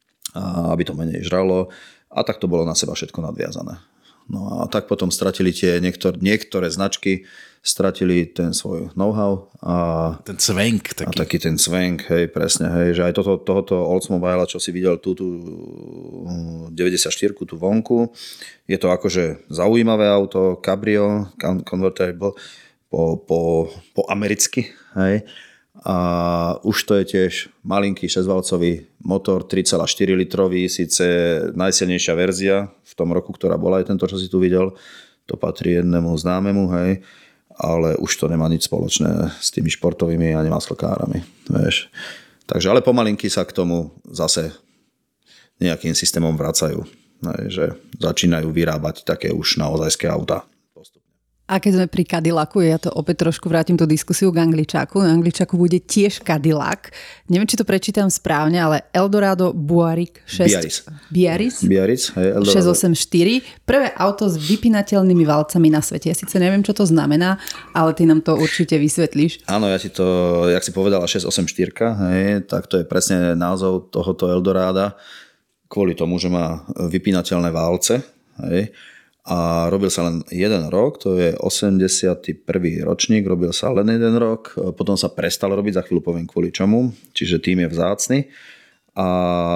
a aby to menej žralo a tak to bolo na seba všetko nadviazané. No a tak potom stratili tie niektor, niektoré značky, stratili ten svoj know-how a ten cvenk taký. A taký ten cvenk, hej, presne, hej, že aj toto, tohoto Oldsmobile, čo si videl tú, tú deväťdesiatštyri, tú vonku, je to akože zaujímavé auto, cabrio, convertible, po, po, po americky, hej. A už to je tiež malinký šesťvalcový motor tri celé štyri litrový, síce najsilnejšia verzia v tom roku, ktorá bola aj tento, čo si tu videl. To patrí jednému známemu, hej. Ale už to nemá nič spoločné s tými športovými ani maslkárami, vieš. Takže ale pomalinky sa k tomu zase nejakým systémom vracajú, hej, že začínajú vyrábať také už naozajské autá. A keď sme pri Cadillacu, ja to opäť trošku vrátim tú diskusiu k Angličáku. Na Angličáku bude tiež Cadillac. Neviem, či to prečítam správne, ale Eldorado Buick šesť... Biarritz. Biarritz? Biarritz, hej, Eldorado. šesť osem štyri. Prvé auto s vypínateľnými valcami na svete. Ja síce neviem, čo to znamená, ale ty nám to určite vysvetlíš. Áno, ja ti to, jak si povedala, šesť osem štyri, hej, tak to je presne názov tohoto Eldoráda. Kvôli tomu, že má vypínateľné válce, hej. A robil sa len jeden rok, to je osemdesiaty prvý ročník, robil sa len jeden rok, potom sa prestal robiť, za chvíľu poviem kvôli čomu, čiže tým je vzácny. A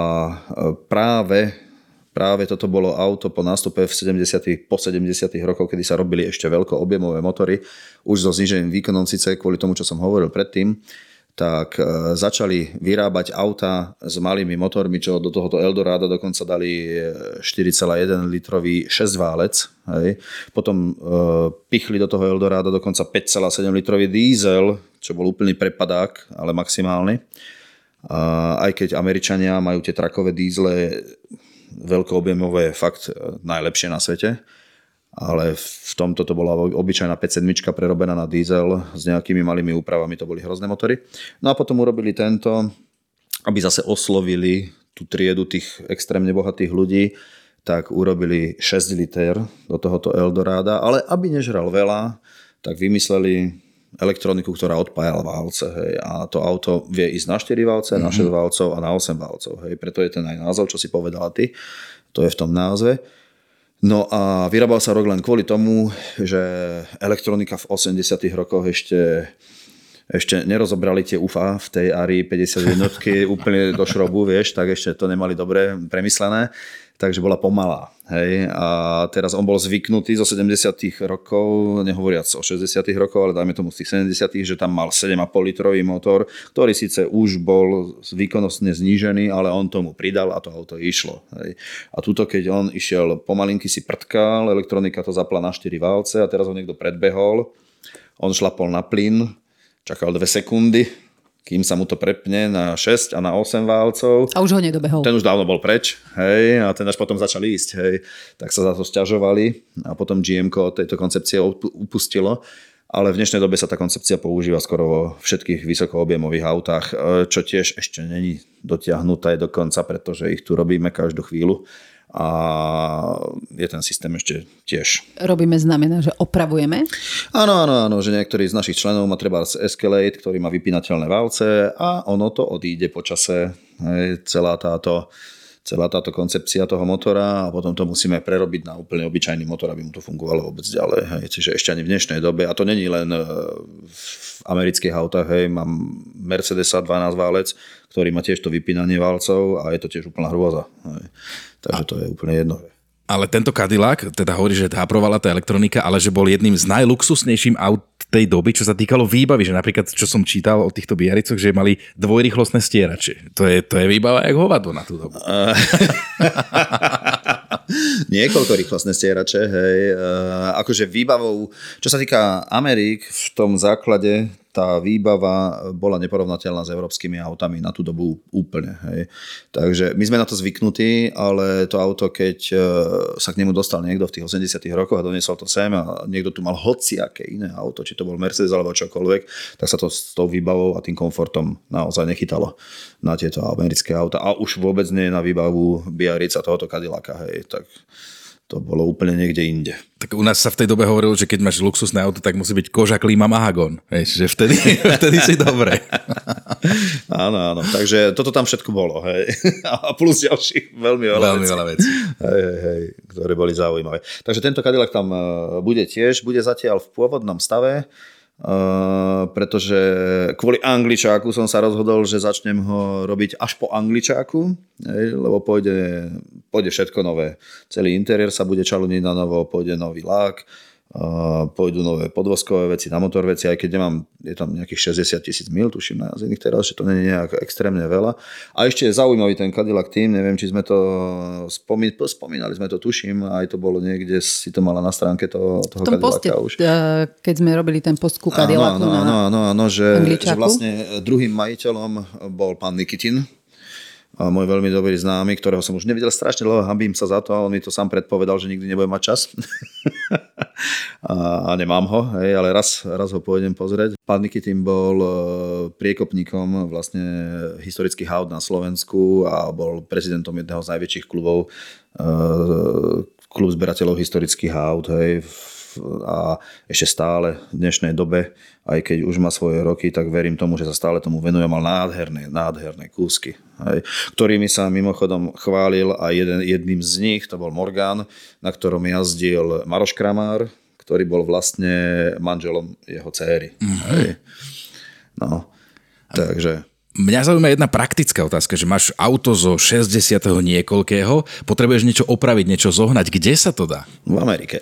práve, práve toto bolo auto po nástupe v sedemdesiatych, po sedemdesiatych rokoch, kedy sa robili ešte veľkoobjemové motory, už so zníženým výkonom, síce kvôli tomu, čo som hovoril predtým, tak začali vyrábať auta s malými motormi, čo do tohoto Eldoráda dokonca dali štyri celé jeden litrový šesťválec. Hej. Potom e, pichli do toho Eldoráda dokonca päť celé sedem litrový diesel, čo bol úplný prepadák, ale maximálny. A aj keď Američania majú tie trakové dízle veľkoobjemové, fakt najlepšie na svete, ale v tomto to bola obyčajná päť sedem prerobená na diesel s nejakými malými úpravami, to boli hrozné motory. No a potom urobili tento, aby zase oslovili tú triedu tých extrémne bohatých ľudí, tak urobili šesť liter do tohoto Eldoráda, ale aby nežral veľa, tak vymysleli elektroniku, ktorá odpájala válce. Hej. A to auto vie ísť na štyri válce, mm-hmm. na šesť válcov a na osem válcov. Hej. Preto je ten aj názov, čo si povedala ty. To je v tom názve. No a vyrábal sa rok len kvôli tomu, že elektronika v osemdesiatych rokoch ešte, ešte nerozobrali tie ú ef á v tej Arii päťdesiatjeden úplne do šrobu, vieš, tak ešte to nemali dobre premyslené, takže bola pomalá. Hej. A teraz on bol zvyknutý zo sedemdesiatych rokov, nehovoriac o šesťdesiatych rokov, ale dajme tomu z tých sedemdesiatych, že tam mal sedem celá päť litrový motor, ktorý síce už bol výkonnostne znížený, ale on tomu pridal a to auto išlo. Hej. A tuto, keď on išiel pomalinky si prtkal, elektronika to zapla na štyri válce a teraz ho niekto predbehol, on šlapol na plyn, čakal dve sekundy, kým sa mu to prepne na šesť a na osem válcov. A už ho nedobehol. Ten už dávno bol preč, hej, a ten až potom začal ísť, hej. Tak sa za to sťažovali a potom gé em ko od tejto koncepcie upustilo, ale v dnešnej dobe sa tá koncepcia používa skoro vo všetkých vysokoobjemových autách, čo tiež ešte není dotiahnuté do konca, pretože ich tu robíme každú chvíľu a je ten systém ešte tiež. Robíme znamená, že opravujeme? Áno, áno, áno, že niektorý z našich členov má treba Escalade, ktorý má vypínateľné válce a ono to odíde po čase, hej, celá táto, celá táto koncepcia toho motora a potom to musíme prerobiť na úplne obyčajný motor, aby mu to fungovalo vôbec ďalej. Hej. Čiže ešte ani v dnešnej dobe, a to není len v amerických autách, hej, mám Mercedesa dvanásť válec, ktorý má tiež to vypínanie válcov a je to tiež úplná hrôza. Hej. Takže to je úplne jedno. Ale tento Cadillac, teda hovorí, že háprovala tá elektronika, ale že bol jedným z najluxusnejším aut tej doby, čo sa týkalo výbavy, že napríklad, čo som čítal o týchto Biarritzoch, že mali dvojrýchlostné stierače. To je, to je výbava jak hovado na tú dobu. Niekoľko rýchlostné stierače, hej. Akože výbavou, čo sa týka Amerik, v tom základe tá výbava bola neporovnateľná s európskymi autami na tú dobu úplne. Hej. Takže my sme na to zvyknutí, ale to auto, keď sa k nemu dostal niekto v tých osemdesiatych rokoch a doniesol to sem a niekto tu mal hociaké iné auto, či to bol Mercedes alebo čokoľvek, tak sa to s tou výbavou a tým komfortom naozaj nechytalo na tieto americké auta. A už vôbec nie na výbavu Biarritz a tohoto Cadillaca. Hej. Tak to bolo úplne niekde inde. Tak u nás sa v tej dobe hovorilo, že keď máš luxusné auto, tak musí byť koža, klíma, mahagón. Hej, že vtedy, vtedy si dobre. Áno, áno. Takže toto tam všetko bolo. Hej. A plus ďalších veľmi veľa veľmi vecí. veľa vecí. Hej, hej, hej, ktoré boli zaujímavé. Takže tento Cadillac tam bude tiež, bude zatiaľ v pôvodnom stave, Uh, pretože kvôli Angličáku som sa rozhodol, že začnem ho robiť až po Angličáku, hej, lebo pôjde, pôjde všetko nové. Celý interiér sa bude čaluniť na novo, pôjde nový lák, Uh, pôjdu nové podvozkové veci, na motor veci, aj keď nemám, je tam nejakých šesťdesiat tisíc mil, tuším na jazdených teraz, že to nie je nejak extrémne veľa. A ešte je zaujímavý ten Cadillac Team, neviem, či sme to spomínali, spomínali sme to, tuším, aj to bolo niekde, si to mala na stránke toho, toho Cadillaca už. Keď sme robili ten post ku Cadillacu áno, áno, áno, áno, že, že Angličaku. vlastne druhým majiteľom bol pán Nikitin, a môj veľmi dobrý známy, ktorého som už nevidel strašne dlho, hambím sa za to, a on mi to sám predpovedal, že nikdy nebude mať čas. a, a nemám ho, hej, ale raz, raz ho pôjdem pozrieť. Pán Nikitin bol priekopníkom vlastne historických aut na Slovensku a bol prezidentom jedného z najväčších klubov, klub zberateľov historických aut, hej, a ešte stále v dnešnej dobe, aj keď už má svoje roky, tak verím tomu, že sa stále tomu venuje, mal nádherné, nádherné kúsky, hej, ktorými sa mimochodom chválil a jeden, jedným z nich, to bol Morgan, na ktorom jazdil Maroš Kramár, ktorý bol vlastne manželom jeho céry. Mm-hmm. Hej. No, takže... Mňa zaujíma jedna praktická otázka, že máš auto zo šesťdesiateho niekoľkého, potrebuješ niečo opraviť, niečo zohnať. Kde sa to dá? V Amerike.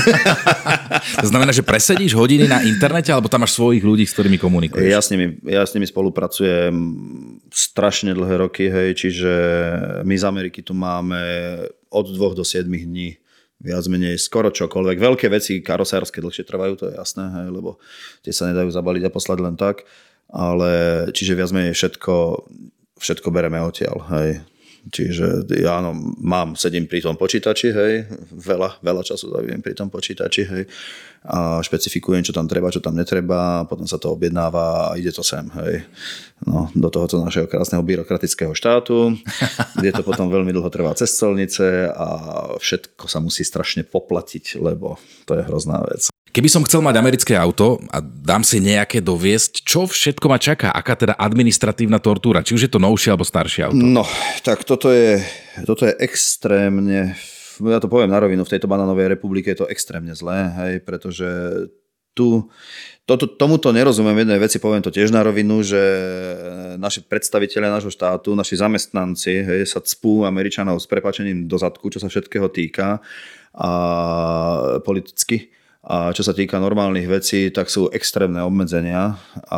To znamená, že presedíš hodiny na internete, alebo tam máš svojich ľudí, s ktorými komunikuješ? Ja s nimi, ja s nimi spolupracujem strašne dlhé roky, hej, čiže my z Ameriky tu máme od dvoch do siedmich dní. Viac menej skoro čokoľvek. Veľké veci karosérske dlhšie trvajú, to je jasné, hej, lebo tie sa nedajú zabaliť a poslať len tak. Ale čiže viac menej všetko, všetko bereme odtiaľ, hej. Čiže ja áno, mám, sedím pri tom počítači, hej, veľa, veľa času zavijem pri tom počítači, hej, a špecifikujem, čo tam treba, čo tam netreba, potom sa to objednáva a ide to sem, hej, no, do tohoto našeho krásneho byrokratického štátu, kde to potom veľmi dlho trvá cez colnice a všetko sa musí strašne poplatiť, lebo to je hrozná vec. Keby som chcel mať americké auto a dám si nejaké doviesť, čo všetko ma čaká? Aká teda administratívna tortúra? Či už je to novšie alebo staršie auto? No, tak toto je, toto je extrémne, ja to poviem na rovinu, v tejto banánovej republike je to extrémne zlé, hej, pretože tu, to, tomuto nerozumiem jednej veci, poviem to tiež na rovinu, že naši predstavitelia nášho štátu, naši zamestnanci, hej, sa cpú Američanov s prepáčením do zadku, čo sa všetkého týka a politicky. A čo sa týka normálnych vecí, tak sú extrémne obmedzenia a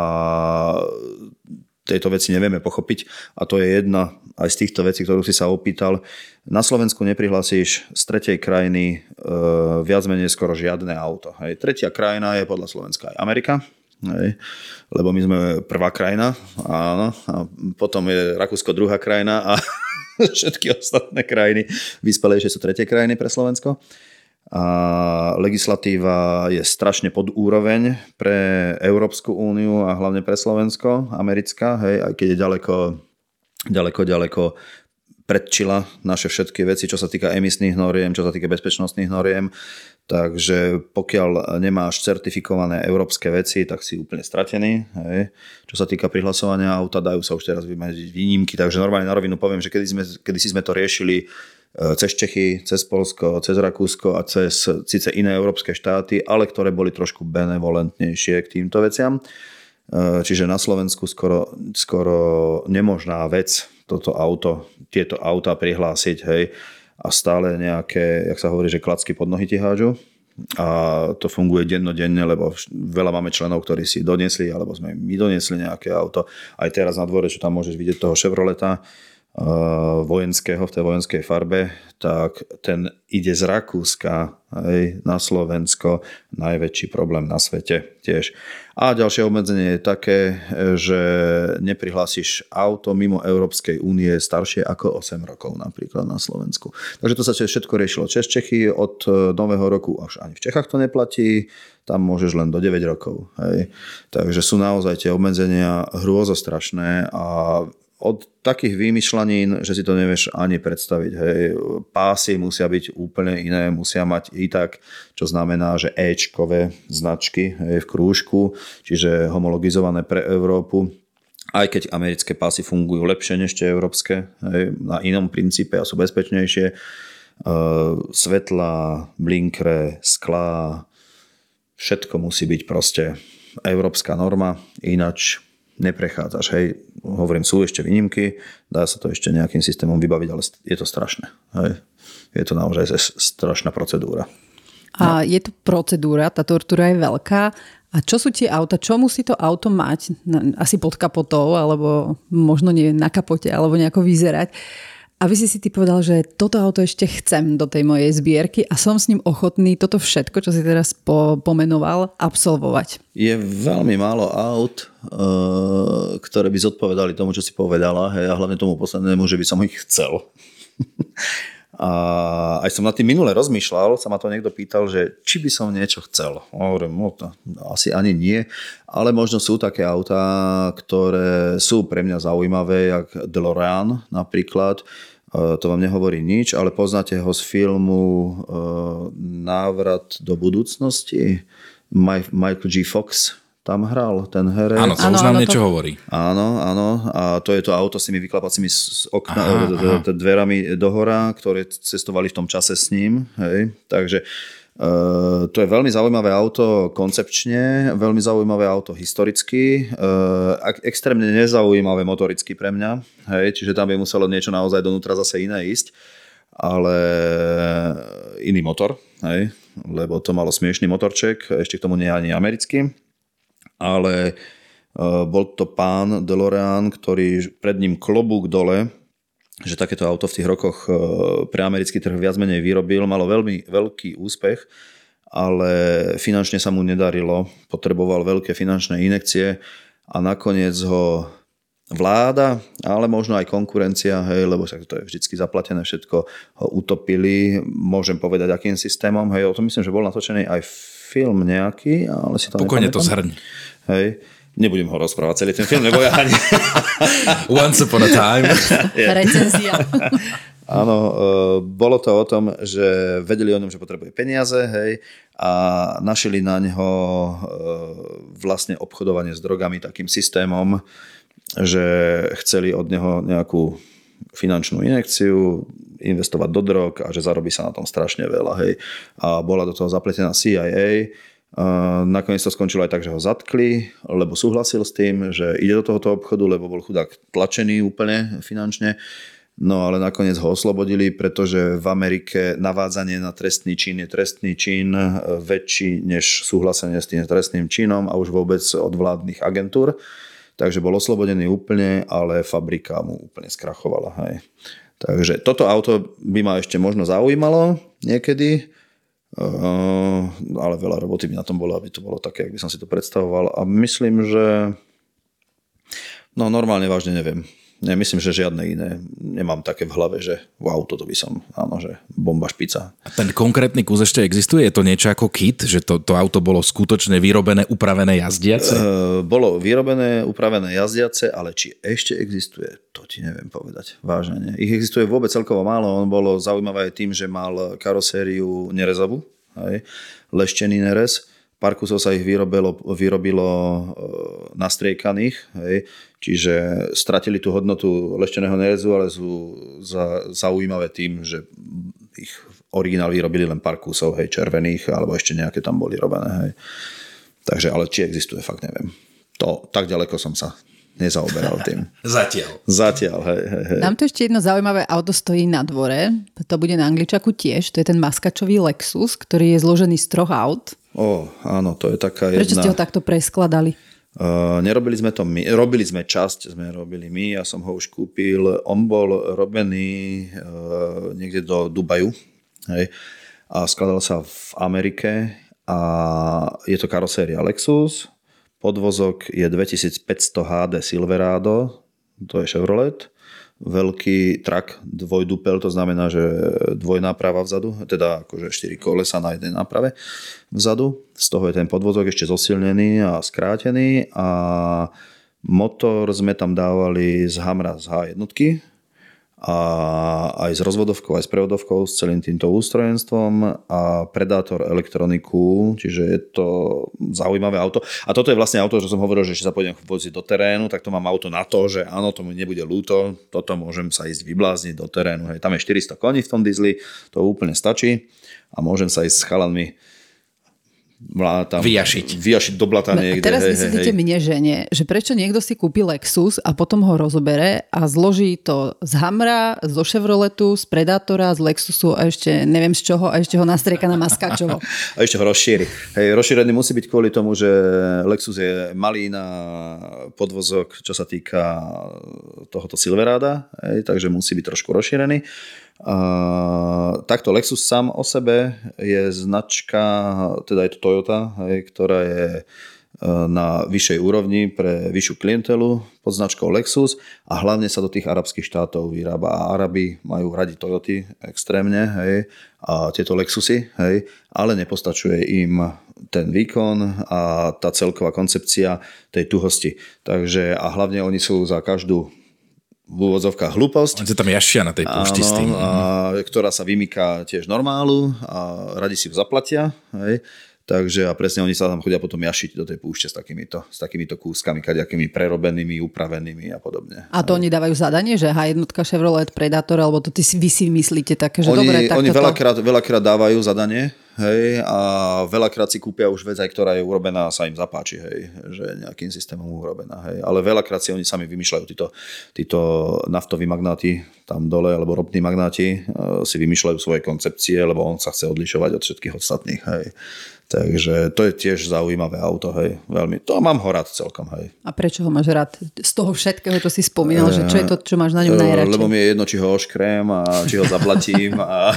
tejto veci nevieme pochopiť. A to je jedna aj z týchto vecí, ktorú si sa opýtal. Na Slovensku neprihlasíš z tretej krajiny e, viac menej skoro žiadne auto. Hej. Tretia krajina je podľa Slovenska aj Amerika, hej, lebo my sme prvá krajina, áno, a potom je Rakúsko druhá krajina a všetky ostatné krajiny vyspelejšie sú tretie krajiny pre Slovensko. A legislatíva je strašne pod úroveň pre Európsku úniu a hlavne pre Slovensko, americká, hej, aj keď je ďaleko, ďaleko, ďaleko predčila naše všetky veci, čo sa týka emisných noriem, čo sa týka bezpečnostných noriem. Takže pokiaľ nemáš certifikované európske veci, tak si úplne stratený. Hej. Čo sa týka prihlasovania auta, dajú sa už teraz vymedziť výnimky, takže normálne na rovinu poviem, že kedy sme, kedy si sme to riešili cez Čechy, cez Poľsko, cez Rakúsko a cez síce iné európske štáty, ale ktoré boli trošku benevolentnejšie k týmto veciam. Čiže na Slovensku skoro, skoro nemožná vec toto auto, tieto autá prihlásiť, hej, a stále nejaké, jak sa hovorí, že klacky pod nohy ti hádžu. A to funguje dennodenne, lebo veľa máme členov, ktorí si doniesli, alebo sme my doniesli nejaké auto. Aj teraz na dvore, čo tam môžeš vidieť toho Chevroleta, vojenského v tej vojenskej farbe, tak ten ide z Rakúska, hej, na Slovensko, najväčší problém na svete tiež. A ďalšie obmedzenie je také, že neprihlásiš auto mimo Európskej únie staršie ako osem rokov napríklad na Slovensku. Takže to sa všetko riešilo cez Čechy, od nového roku až ani v Čechách to neplatí, tam môžeš len do deväť rokov. Hej. Takže sú naozaj tie obmedzenia hrôzostrašné a od takých vymýšľanín, že si to nevieš ani predstaviť. Hej. Pásy musia byť úplne iné, musia mať i tak, čo znamená, že éčkové značky, hej, v krúžku, čiže homologizované pre Európu. Aj keď americké pásy fungujú lepšie než tie európske, hej, na inom princípe a sú bezpečnejšie. Svetlá, blinkre, sklá, všetko musí byť proste európska norma, ináč neprechádzaš, hej, hovorím, sú ešte výnimky, dá sa to ešte nejakým systémom vybaviť, ale je to strašné, hej. Je to naozaj strašná procedúra. A no. Je to procedúra, tá tortúra je veľká. A čo sú tie auta? Čo musí to auto mať? Asi pod kapotou, alebo možno nie na kapote, alebo nejako vyzerať. Aby si si ty povedal, že toto auto ešte chcem do tej mojej zbierky a som s ním ochotný toto všetko, čo si teraz po, pomenoval, absolvovať. Je veľmi málo aut, ktoré by zodpovedali tomu, čo si povedala, hej, a hlavne tomu poslednému, že by som ich chcel. A aj som na tým minule rozmýšľal, sa ma to niekto pýtal, že či by som niečo chcel. Hovorím, no to asi ani nie, ale možno sú také autá, ktoré sú pre mňa zaujímavé, jak DeLorean napríklad. To vám nehovorí nič, ale poznáte ho z filmu Návrat do budúcnosti. Michael J. Fox tam hral, ten herec. Áno, to už nám niečo to... hovorí. Áno, áno. A to je to auto s tými vyklapacími okna, aha, aha. dverami dohora, ktoré cestovali v tom čase s ním. Hej. Takže uh, to je veľmi zaujímavé auto koncepčne, veľmi zaujímavé auto historicky, uh, extrémne nezaujímavé motoricky pre mňa. Hej. Čiže tam by muselo niečo naozaj donútra zase iné ísť. Ale iný motor, hej. Lebo to malo smiešný motorček, ešte k tomu nie ani americký. Ale uh, bol to pán DeLorean, ktorý pred ním klobúk dole, že takéto auto v tých rokoch uh, pre americký trh viac menej vyrobil, malo veľmi veľký úspech, ale finančne sa mu nedarilo, potreboval veľké finančné injekcie a nakoniec ho vláda, ale možno aj konkurencia, hej, lebo to je vždycky zaplatené všetko, ho utopili, môžem povedať akým systémom, hej, o tom myslím, že bol natočený aj film nejaký, ale si to pokojne to zhrň. Hej, nebudem ho rozprávať celý ten film, nebo ja ani... Once upon a time. Recenzia. Áno, bolo to o tom, že vedeli o ňom, že potrebuje peniaze, hej, a našili na neho vlastne obchodovanie s drogami takým systémom, že chceli od neho nejakú finančnú injekciu, investovať do drog a že zarobí sa na tom strašne veľa. Hej. A bola do toho zapletená C I A. Nakoniec to skončilo aj tak, že ho zatkli, lebo súhlasil s tým, že ide do tohoto obchodu, lebo bol chudák tlačený úplne finančne. No ale nakoniec ho oslobodili, pretože v Amerike navádzanie na trestný čin je trestný čin väčší než súhlasenie s tým trestným činom a už vôbec od vládnych agentúr. Takže bol oslobodený úplne, ale fabrika mu úplne skrachovala. Hej. Takže toto auto by ma ešte možno zaujímalo niekedy, uh, ale veľa roboty by na tom bolo, aby to bolo také, jak by som si to predstavoval. A myslím, že no normálne vážne neviem. Ja myslím, že žiadne iné. Nemám také v hlave, že wow, toto by som, áno, že bomba špica. A ten konkrétny kus ešte existuje? Je to niečo ako kit? Že to, to auto bolo skutočne vyrobené, upravené jazdiace? E, bolo vyrobené, upravené jazdiace, ale či ešte existuje, to ti neviem povedať. Vážne nie. Ich existuje vôbec celkovo málo. On bolo zaujímavé aj tým, že mal karosériu nerezovú, hej, leštený nerez. Parkusov sa ich vyrobilo, vyrobilo nastriekaných, hej, čiže stratili tú hodnotu lešteného nerezu, ale sú za, zaujímavé tým, že ich originál vyrobili len Parkusov, hej, červených, alebo ešte nejaké tam boli robené. Hej. Takže, ale či existuje, fakt neviem. To, tak ďaleko som sa nezaoberal tým. Zatiaľ. Zatiaľ, hej, hej, hej. Nám tu ešte jedno zaujímavé auto stojí na dvore, to bude na Angličaku tiež, to je ten maskačový Lexus, ktorý je zložený z troch aut. Ó, áno, to je taká jedna... Prečo ste ho takto preskladali? Uh, nerobili sme to my, robili sme časť, sme robili my, ja som ho už kúpil, on bol robený uh, niekde do Dubaju, hej, a skladal sa v Amerike a je to karoséria Lexus, podvozok je dvetisícpäťsto há dé Silverado, to je Chevrolet, veľký trak dvojdupel, to znamená, že dvojnáprava vzadu, teda akože štyri kolesa na jednej náprave vzadu. Z toho je ten podvozok ešte zosilnený a skrátený a motor sme tam dávali z Hamra z há jedna a aj s rozvodovkou, aj s prevodovkou, s celým týmto ústrojenstvom a Predator elektroniku, čiže je to zaujímavé auto. A toto je vlastne auto, že som hovoril, že sa pôjdem voziť do terénu, tak to mám auto na to, že áno, to mi nebude ľúto, toto môžem sa ísť vyblázniť do terénu. Hej, tam je štyristo koní v tom diesli, to úplne stačí a môžem sa ísť s chalanmi tam vyjašiť. Vyjašiť do blata niekde. Teraz hej, vysvetlíte hej. mne, žene, že prečo niekto si kúpi Lexus a potom ho rozobere a zloží to z Humra, zo Chevroletu, z Predatora, z Lexusu a ešte neviem z čoho a ešte ho nastrieka na maskáčovo. A ešte ho rozšíri. Hej, rozšírený musí byť kvôli tomu, že Lexus je malý na podvozok, čo sa týka tohoto Silverada, hej, takže musí byť trošku rozšírený. Uh, takto Lexus sám o sebe je značka, teda je to Toyota, hej, ktorá je uh, na vyššej úrovni pre vyššiu klientelu pod značkou Lexus a hlavne sa do tých arabských štátov vyrába a Arabi majú radi Toyoty extrémne, hej, a tieto Lexusy, hej, ale nepostačuje im ten výkon a tá celková koncepcia tej tuhosti. Takže a hlavne oni sú za každú v úvodzovkách hlúposť. On sa tam jašia na tej púšti s tým. A, ktorá sa vymýka tiež normálu a radi si ju zaplatia. Hej. Takže a presne oni sa tam chodia potom jašiť do tej púšte s takýmito, s takýmito kúskami, kadejakými prerobenými, upravenými a podobne. A to oni dávajú zadanie, že há jedna Chevrolet, Predator, alebo to ty si, vy si myslíte také, že oni, dobre, tak Oni toto... veľakrát, veľakrát dávajú zadanie, hej, a veľakrát si kúpia už vec, aj ktorá je urobená, sa im zapáči, hej, že nejakým systémom urobená, hej. Ale veľakrát si oni sami vymýšľajú, títo, títo naftoví magnáti tam dole, alebo ropní magnáti si vymýšľajú svoje koncepcie, lebo on sa chce odlišovať od všetkých ostatných, hej. Takže to je tiež zaujímavé auto, hej, veľmi. To mám ho rád celkom, hej. A prečo ho máš rád? Z toho všetkého, čo si spomínal, že čo je to, čo máš na ňom najradšej? Lebo mi je jedno, či ho oškrém a či ho zaplatím a,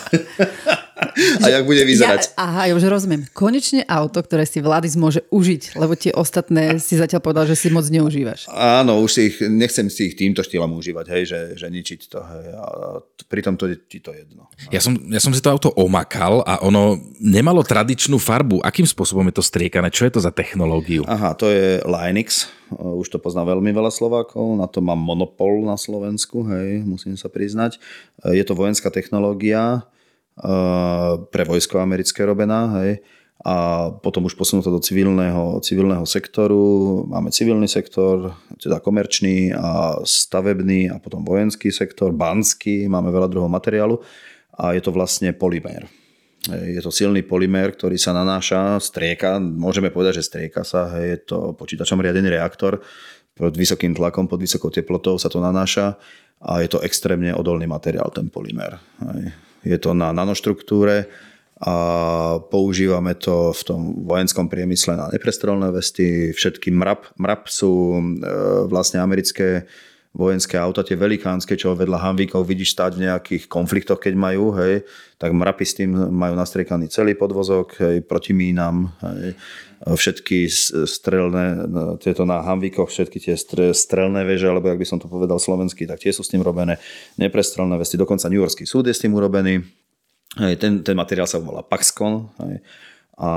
a jak bude vyzerať. Ja, aha, ja už rozumiem. Konečne auto, ktoré si Vladis môže užiť, lebo tie ostatné si zatiaľ povedal, že si moc neužívaš. Áno, už si ich, nechcem si ich týmto štýlom užívať, hej, že, že ničiť to, hej, a pritom to je ti to jedno. Ja som, ja som si to auto omakal a ono nemalo tradičnú farbu. Akým spôsobom je to striekané? Čo je to za technológiu? Aha, to je Linux. Už to pozná veľmi veľa Slovákov. Na to mám monopol na Slovensku, hej, musím sa priznať. Je to vojenská technológia, pre vojsko americké robená, hej. A potom už posunúť to do civilného, civilného sektoru. Máme civilný sektor, teda komerčný a stavebný a potom vojenský sektor, banský, máme veľa druhov materiálu a je to vlastne polymér. Je to silný polymér, ktorý sa nanáša, strieka, môžeme povedať, že strieka sa, hej, je to počítačom riadený reaktor, pod vysokým tlakom, pod vysokou teplotou sa to nanáša a je to extrémne odolný materiál, ten polymér. Hej. Je to na nanoštruktúre a používame to v tom vojenskom priemysle na neprestrelné vesty, všetky MRAP. MRAP sú e, vlastne americké vojenské auta, tie velikánske, čo vedľa Humvíkov vidíš stáť v nejakých konfliktoch, keď majú, hej, tak MRAPy s tým majú nastriekaný celý podvozok, hej, proti mínam, hej, všetky strelné, tieto na Humvíkoch, všetky tie strelné veže, alebo jak by som to povedal slovensky, tak tie sú s tým robené, neprestrelné vesty, dokonca New Yorkský súd je s tým urobený, hej, ten, ten materiál sa volá Paxcon, hej. A,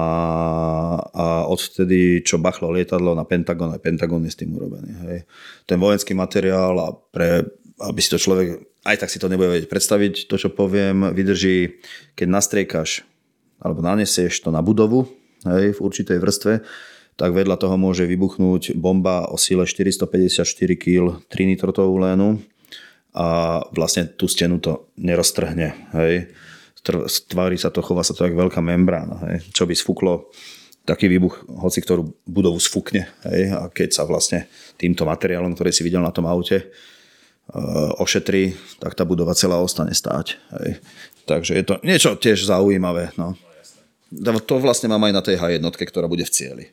a odvtedy, čo bachlo lietadlo na Pentagon, aj Pentagon je s tým urobený. Hej. Ten vojenský materiál, a pre, aby si to človek, aj tak si to nebude vedieť predstaviť, to, čo poviem, vydrží, keď nastriekaš alebo nanesieš to na budovu, hej, v určitej vrstve, tak vedľa toho môže vybuchnúť bomba o sile štyristopäťdesiatštyri kilogramov trinitrotoluénu a vlastne tú stenu to neroztrhne. Hej. Tvári sa to, chová sa to ako veľká membrána, hej, čo by sfúklo taký výbuch, hoci ktorú budovu sfúkne. Hej, a keď sa vlastne týmto materiálom, ktorý si videl na tom aute, uh, ošetrí, tak tá budova celá ostane stáť. Hej. Takže je to niečo tiež zaujímavé. No. To vlastne mám aj na tej há jedna, ktorá bude v cieli.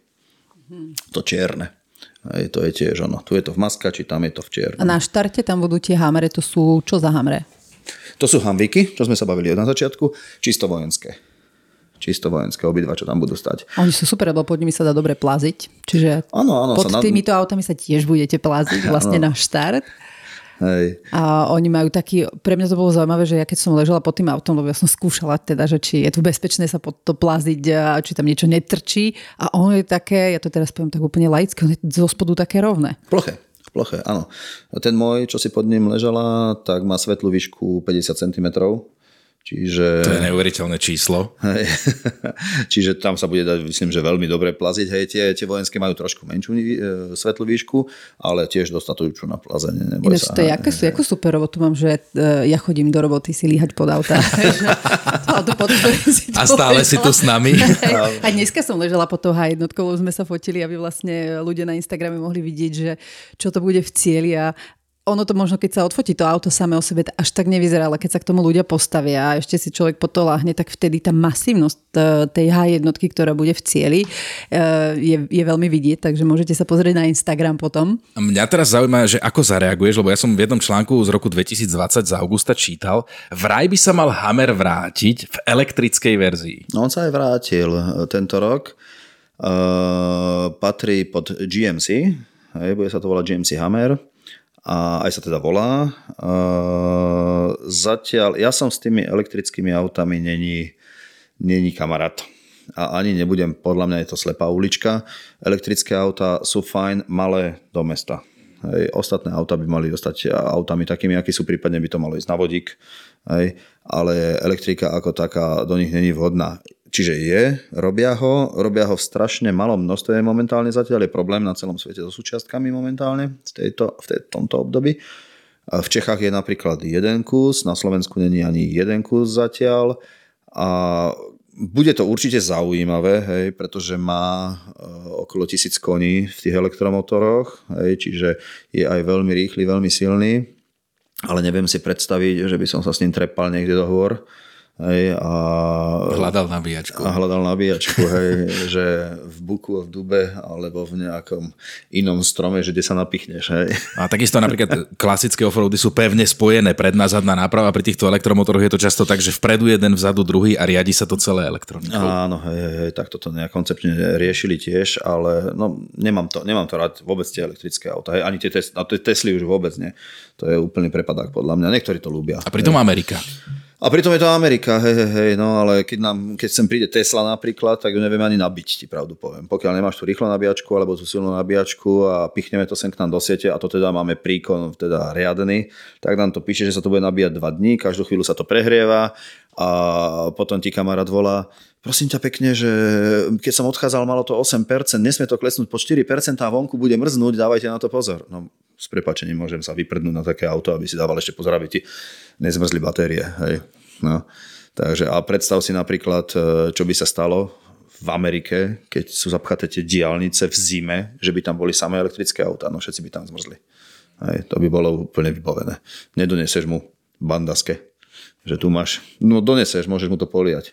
To čierne. Hej, to je tiež ono. Tu je to v maskači, tam je to v čiernom. A na štarte tam budú tie Humre, to sú čo za Humre? To sú Humvíky, čo sme sa bavili na začiatku, čisto vojenské. Čisto vojenské, obidva, čo tam budú stať. Oni sú super, lebo pod nimi sa dá dobre plaziť. Čiže ano, ano, pod sa týmito nad... autami sa tiež budete plaziť vlastne ano. Na štart. Hej. A oni majú taký, pre mňa to bolo zaujímavé, že ja keď som ležela pod tým autom, lebo ja som skúšala teda, že či je tu bezpečné sa pod to plaziť, a či tam niečo netrčí. A ono je také, ja to teraz poviem tak úplne laicky, on je zo spodu také rovné. Ploché. Ploché, áno. Ten môj, čo si pod ním ležala, tak má svetlú výšku päťdesiat centimetrov. Čiže... To je neuveriteľné číslo. Čiže tam sa bude dať, myslím, že veľmi dobre plaziť. Hej, tie, tie vojenské majú trošku menšiu e, svetlú výšku, ale tiež dostatočnú na plazenie. Ináč to je ako, ako super robotu mám, že uh, ja chodím do roboty si líhať pod autá. A stále si tu s nami. A dneska som ležela pod tou há jednotkou, sme sa fotili, aby vlastne ľudia na Instagrame mohli vidieť, že čo to bude v cieli a ono to možno, keď sa odfotí to auto samé o sebe, až tak nevyzerá, ale keď sa k tomu ľudia postavia a ešte si človek pod to láhne, tak vtedy tá masívnosť tej há jednotky, ktorá bude v cieli, je, je veľmi vidieť, takže môžete sa pozrieť na Instagram potom. Mňa teraz zaujíma, že ako zareaguješ, lebo ja som v jednom článku z roku dvetisícdvadsať z augusta čítal, vraj by sa mal Hummer vrátiť v elektrickej verzii. No on sa aj vrátil tento rok. Uh, patrí pod gé em cé, hej, bude sa to volať gé em cé Hummer. A aj sa teda volá. Uh, zatiaľ, ja som s tými elektrickými autami není, není kamarát. A ani nebudem, podľa mňa je to slepá ulička. Elektrické autá sú fajn, malé do mesta. Hej. Ostatné autá by mali dostať autami takými, akí sú, prípadne by to malo ísť na vodík. Hej. Ale elektrika ako taká do nich není vhodná. Čiže je, robia ho, robia ho v strašne malom množstve momentálne zatiaľ, je problém na celom svete so súčiastkami momentálne v, tejto, v tej, tomto období. V Čechách je napríklad jeden kus, na Slovensku není ani jeden kus zatiaľ a bude to určite zaujímavé, hej, pretože má okolo tisíc koní v tých elektromotoroch, hej, čiže je aj veľmi rýchly, veľmi silný, ale neviem si predstaviť, že by som sa s ním trepal niekde do hôr. Hej, a hľadal nabíjačku. A hľadal nabíjačku, hej, že v buku, v dube, alebo v nejakom inom strome, že kde sa napichneš. Hej. A takisto napríklad klasické offroady sú pevne spojené, predná, zadná náprava. Pri týchto elektromotoroch je to často tak, že vpredu jeden, vzadu druhý a riadi sa to celé elektronikou. Áno, hej, hej, tak toto nejak koncepčne riešili tiež, ale no, nemám, to, nemám to rád vôbec tie elektrické auta. Hej, ani tie tes, a tie Tesly už vôbec nie. To je úplný prepadák podľa mňa. Niektorí to ľúbia. A pritom hej. Amerika. A pritom je to Amerika, hej, hej, hej, no ale keď, nám, keď sem príde Tesla napríklad, tak ju neviem ani nabiť, ti pravdu poviem. Pokiaľ nemáš tú rýchlu nabíjačku alebo tú silnú nabíjačku a pichneme to sem k nám do siete a to teda máme príkon teda riadený, tak nám to píše, že sa to bude nabíjať dva dní, každú chvíľu sa to prehrieva a potom ti kamarát volá, prosím ťa pekne, že keď som odchádzal, malo to osem percent, nesmie to klesnúť po štyri percentá a vonku bude mrznúť, dávajte na to pozor. No, s prepáčením môžem sa vyprdnúť na také auto, aby si dával ešte pozor, aby ti nezmrzli batérie. Hej. No, takže a predstav si napríklad, čo by sa stalo v Amerike, keď sú zapchaté tie diaľnice v zime, že by tam boli samé elektrické autá, no všetci by tam zmrzli. Hej, to by bolo úplne vybavené. Nedoneseš mu bandaske, že tu máš, no doneseš, môžeš mu to poliať.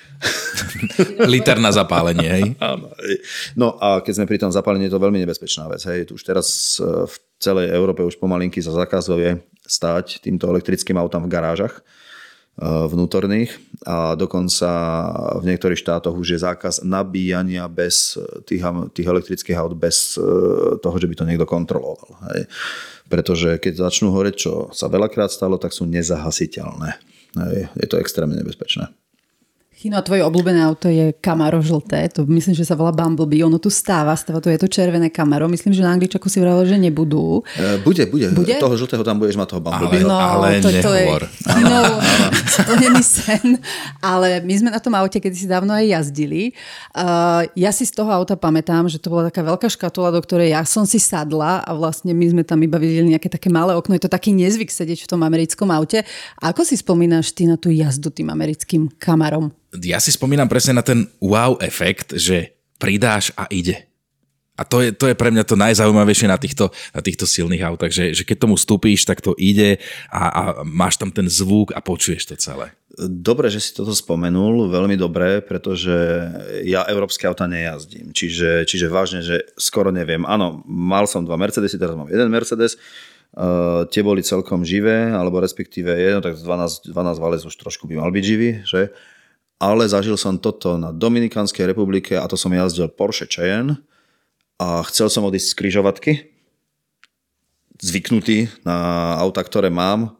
Liter na zapálenie, hej? Áno, hej. No a keď sme pri tom zapálení, je to veľmi nebezpečná vec. Hej. Už teraz v celej Európe už pomalinky sa zakazuje stáť týmto elektrickým autám v garážach vnútorných a dokonca v niektorých štátoch už je zákaz nabíjania bez tých, tých elektrických aut bez toho, že by to niekto kontroloval. Hej. Pretože keď začnú horeť, čo sa veľakrát stalo, tak sú nezahasiteľné. Hej. Je to extrémne nebezpečné. Chino, a tvoje obľúbené auto je Camaro žlté, to myslím, že sa volá Bumblebee, ono tu stáva, stáva to je to červené Camaro, myslím, že na Angličaku si vravel, že nebudú. E, bude, bude, bude, toho žltého tam budeš mať toho Bumblebee. No, ale to, to je no, splnený sen, ale my sme na tom aute kedysi dávno aj jazdili. Uh, ja si z toho auta pamätám, že to bola taká veľká škatula, do ktorej ja som si sadla a vlastne my sme tam iba videli nejaké také malé okno, je to taký nezvyk sedieť v tom americkom aute. A ako si spomínaš ty na tú jazdu tým americkým Camarom? Ja si spomínam presne na ten wow efekt, že pridáš a ide. A to je, to je pre mňa to najzaujímavejšie na týchto, na týchto silných autách, že, že keď tomu vstúpíš, tak to ide a, a máš tam ten zvuk a počuješ to celé. Dobre, že si toto spomenul, veľmi dobre, pretože ja európske auta nejazdím. Čiže, čiže vážne, že skoro neviem. Áno, mal som dva Mercedesy, teraz mám jeden Mercedes. Uh, tie boli celkom živé, alebo respektíve jedno, tak dvanásť, dvanásť Valec už trošku by mal byť živý, že? Ale zažil som toto na Dominikánskej republike a to som jazdil Porsche Cayenne a chcel som odísť z križovatky, zvyknutý na auta, ktoré mám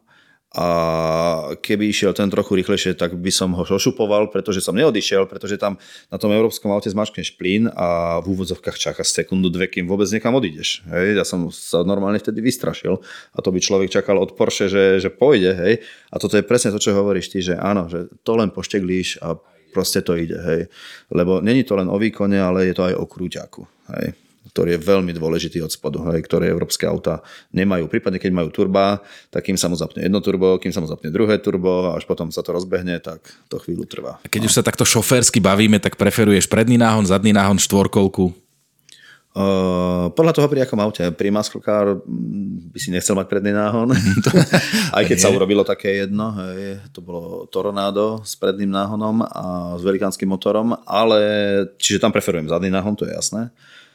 a keby išiel ten trochu rýchlejšie, tak by som ho ošupoval, pretože som neodišiel, pretože tam na tom európskom aute zmačkneš plyn a v úvodzovkách čakáš sekundu, dve, kým vôbec niekam odídeš. Hej? Ja som sa normálne vtedy vystrašil a to by človek čakal od Porsche, že, že pôjde. Hej? A toto je presne to, čo hovoríš ty, že áno, že to len pošteglíš a proste to ide. Hej? Lebo není to len o výkone, ale je to aj o krúťaku. Hej? Ktorý je veľmi dôležitý od spodu, hej, ktoré európske autá nemajú. Prípadne, keď majú turba, tak kým sa mu zapne jedno turbo, kým sa mu zapne druhé turbo a až potom sa to rozbehne, tak to chvíľu trvá. A keď no. už sa takto šoférsky bavíme, tak preferuješ predný náhon, zadný náhon, štvorkolku? Uh, podľa toho, pri akom aute. Pri muscle car by si nechcel mať predný náhon. Aj keď sa urobilo také jedno. Hej, to bolo Tornado s predným náhonom a s velikánskym motorom, ale čiže tam preferujem zadný náhon, to je jasné.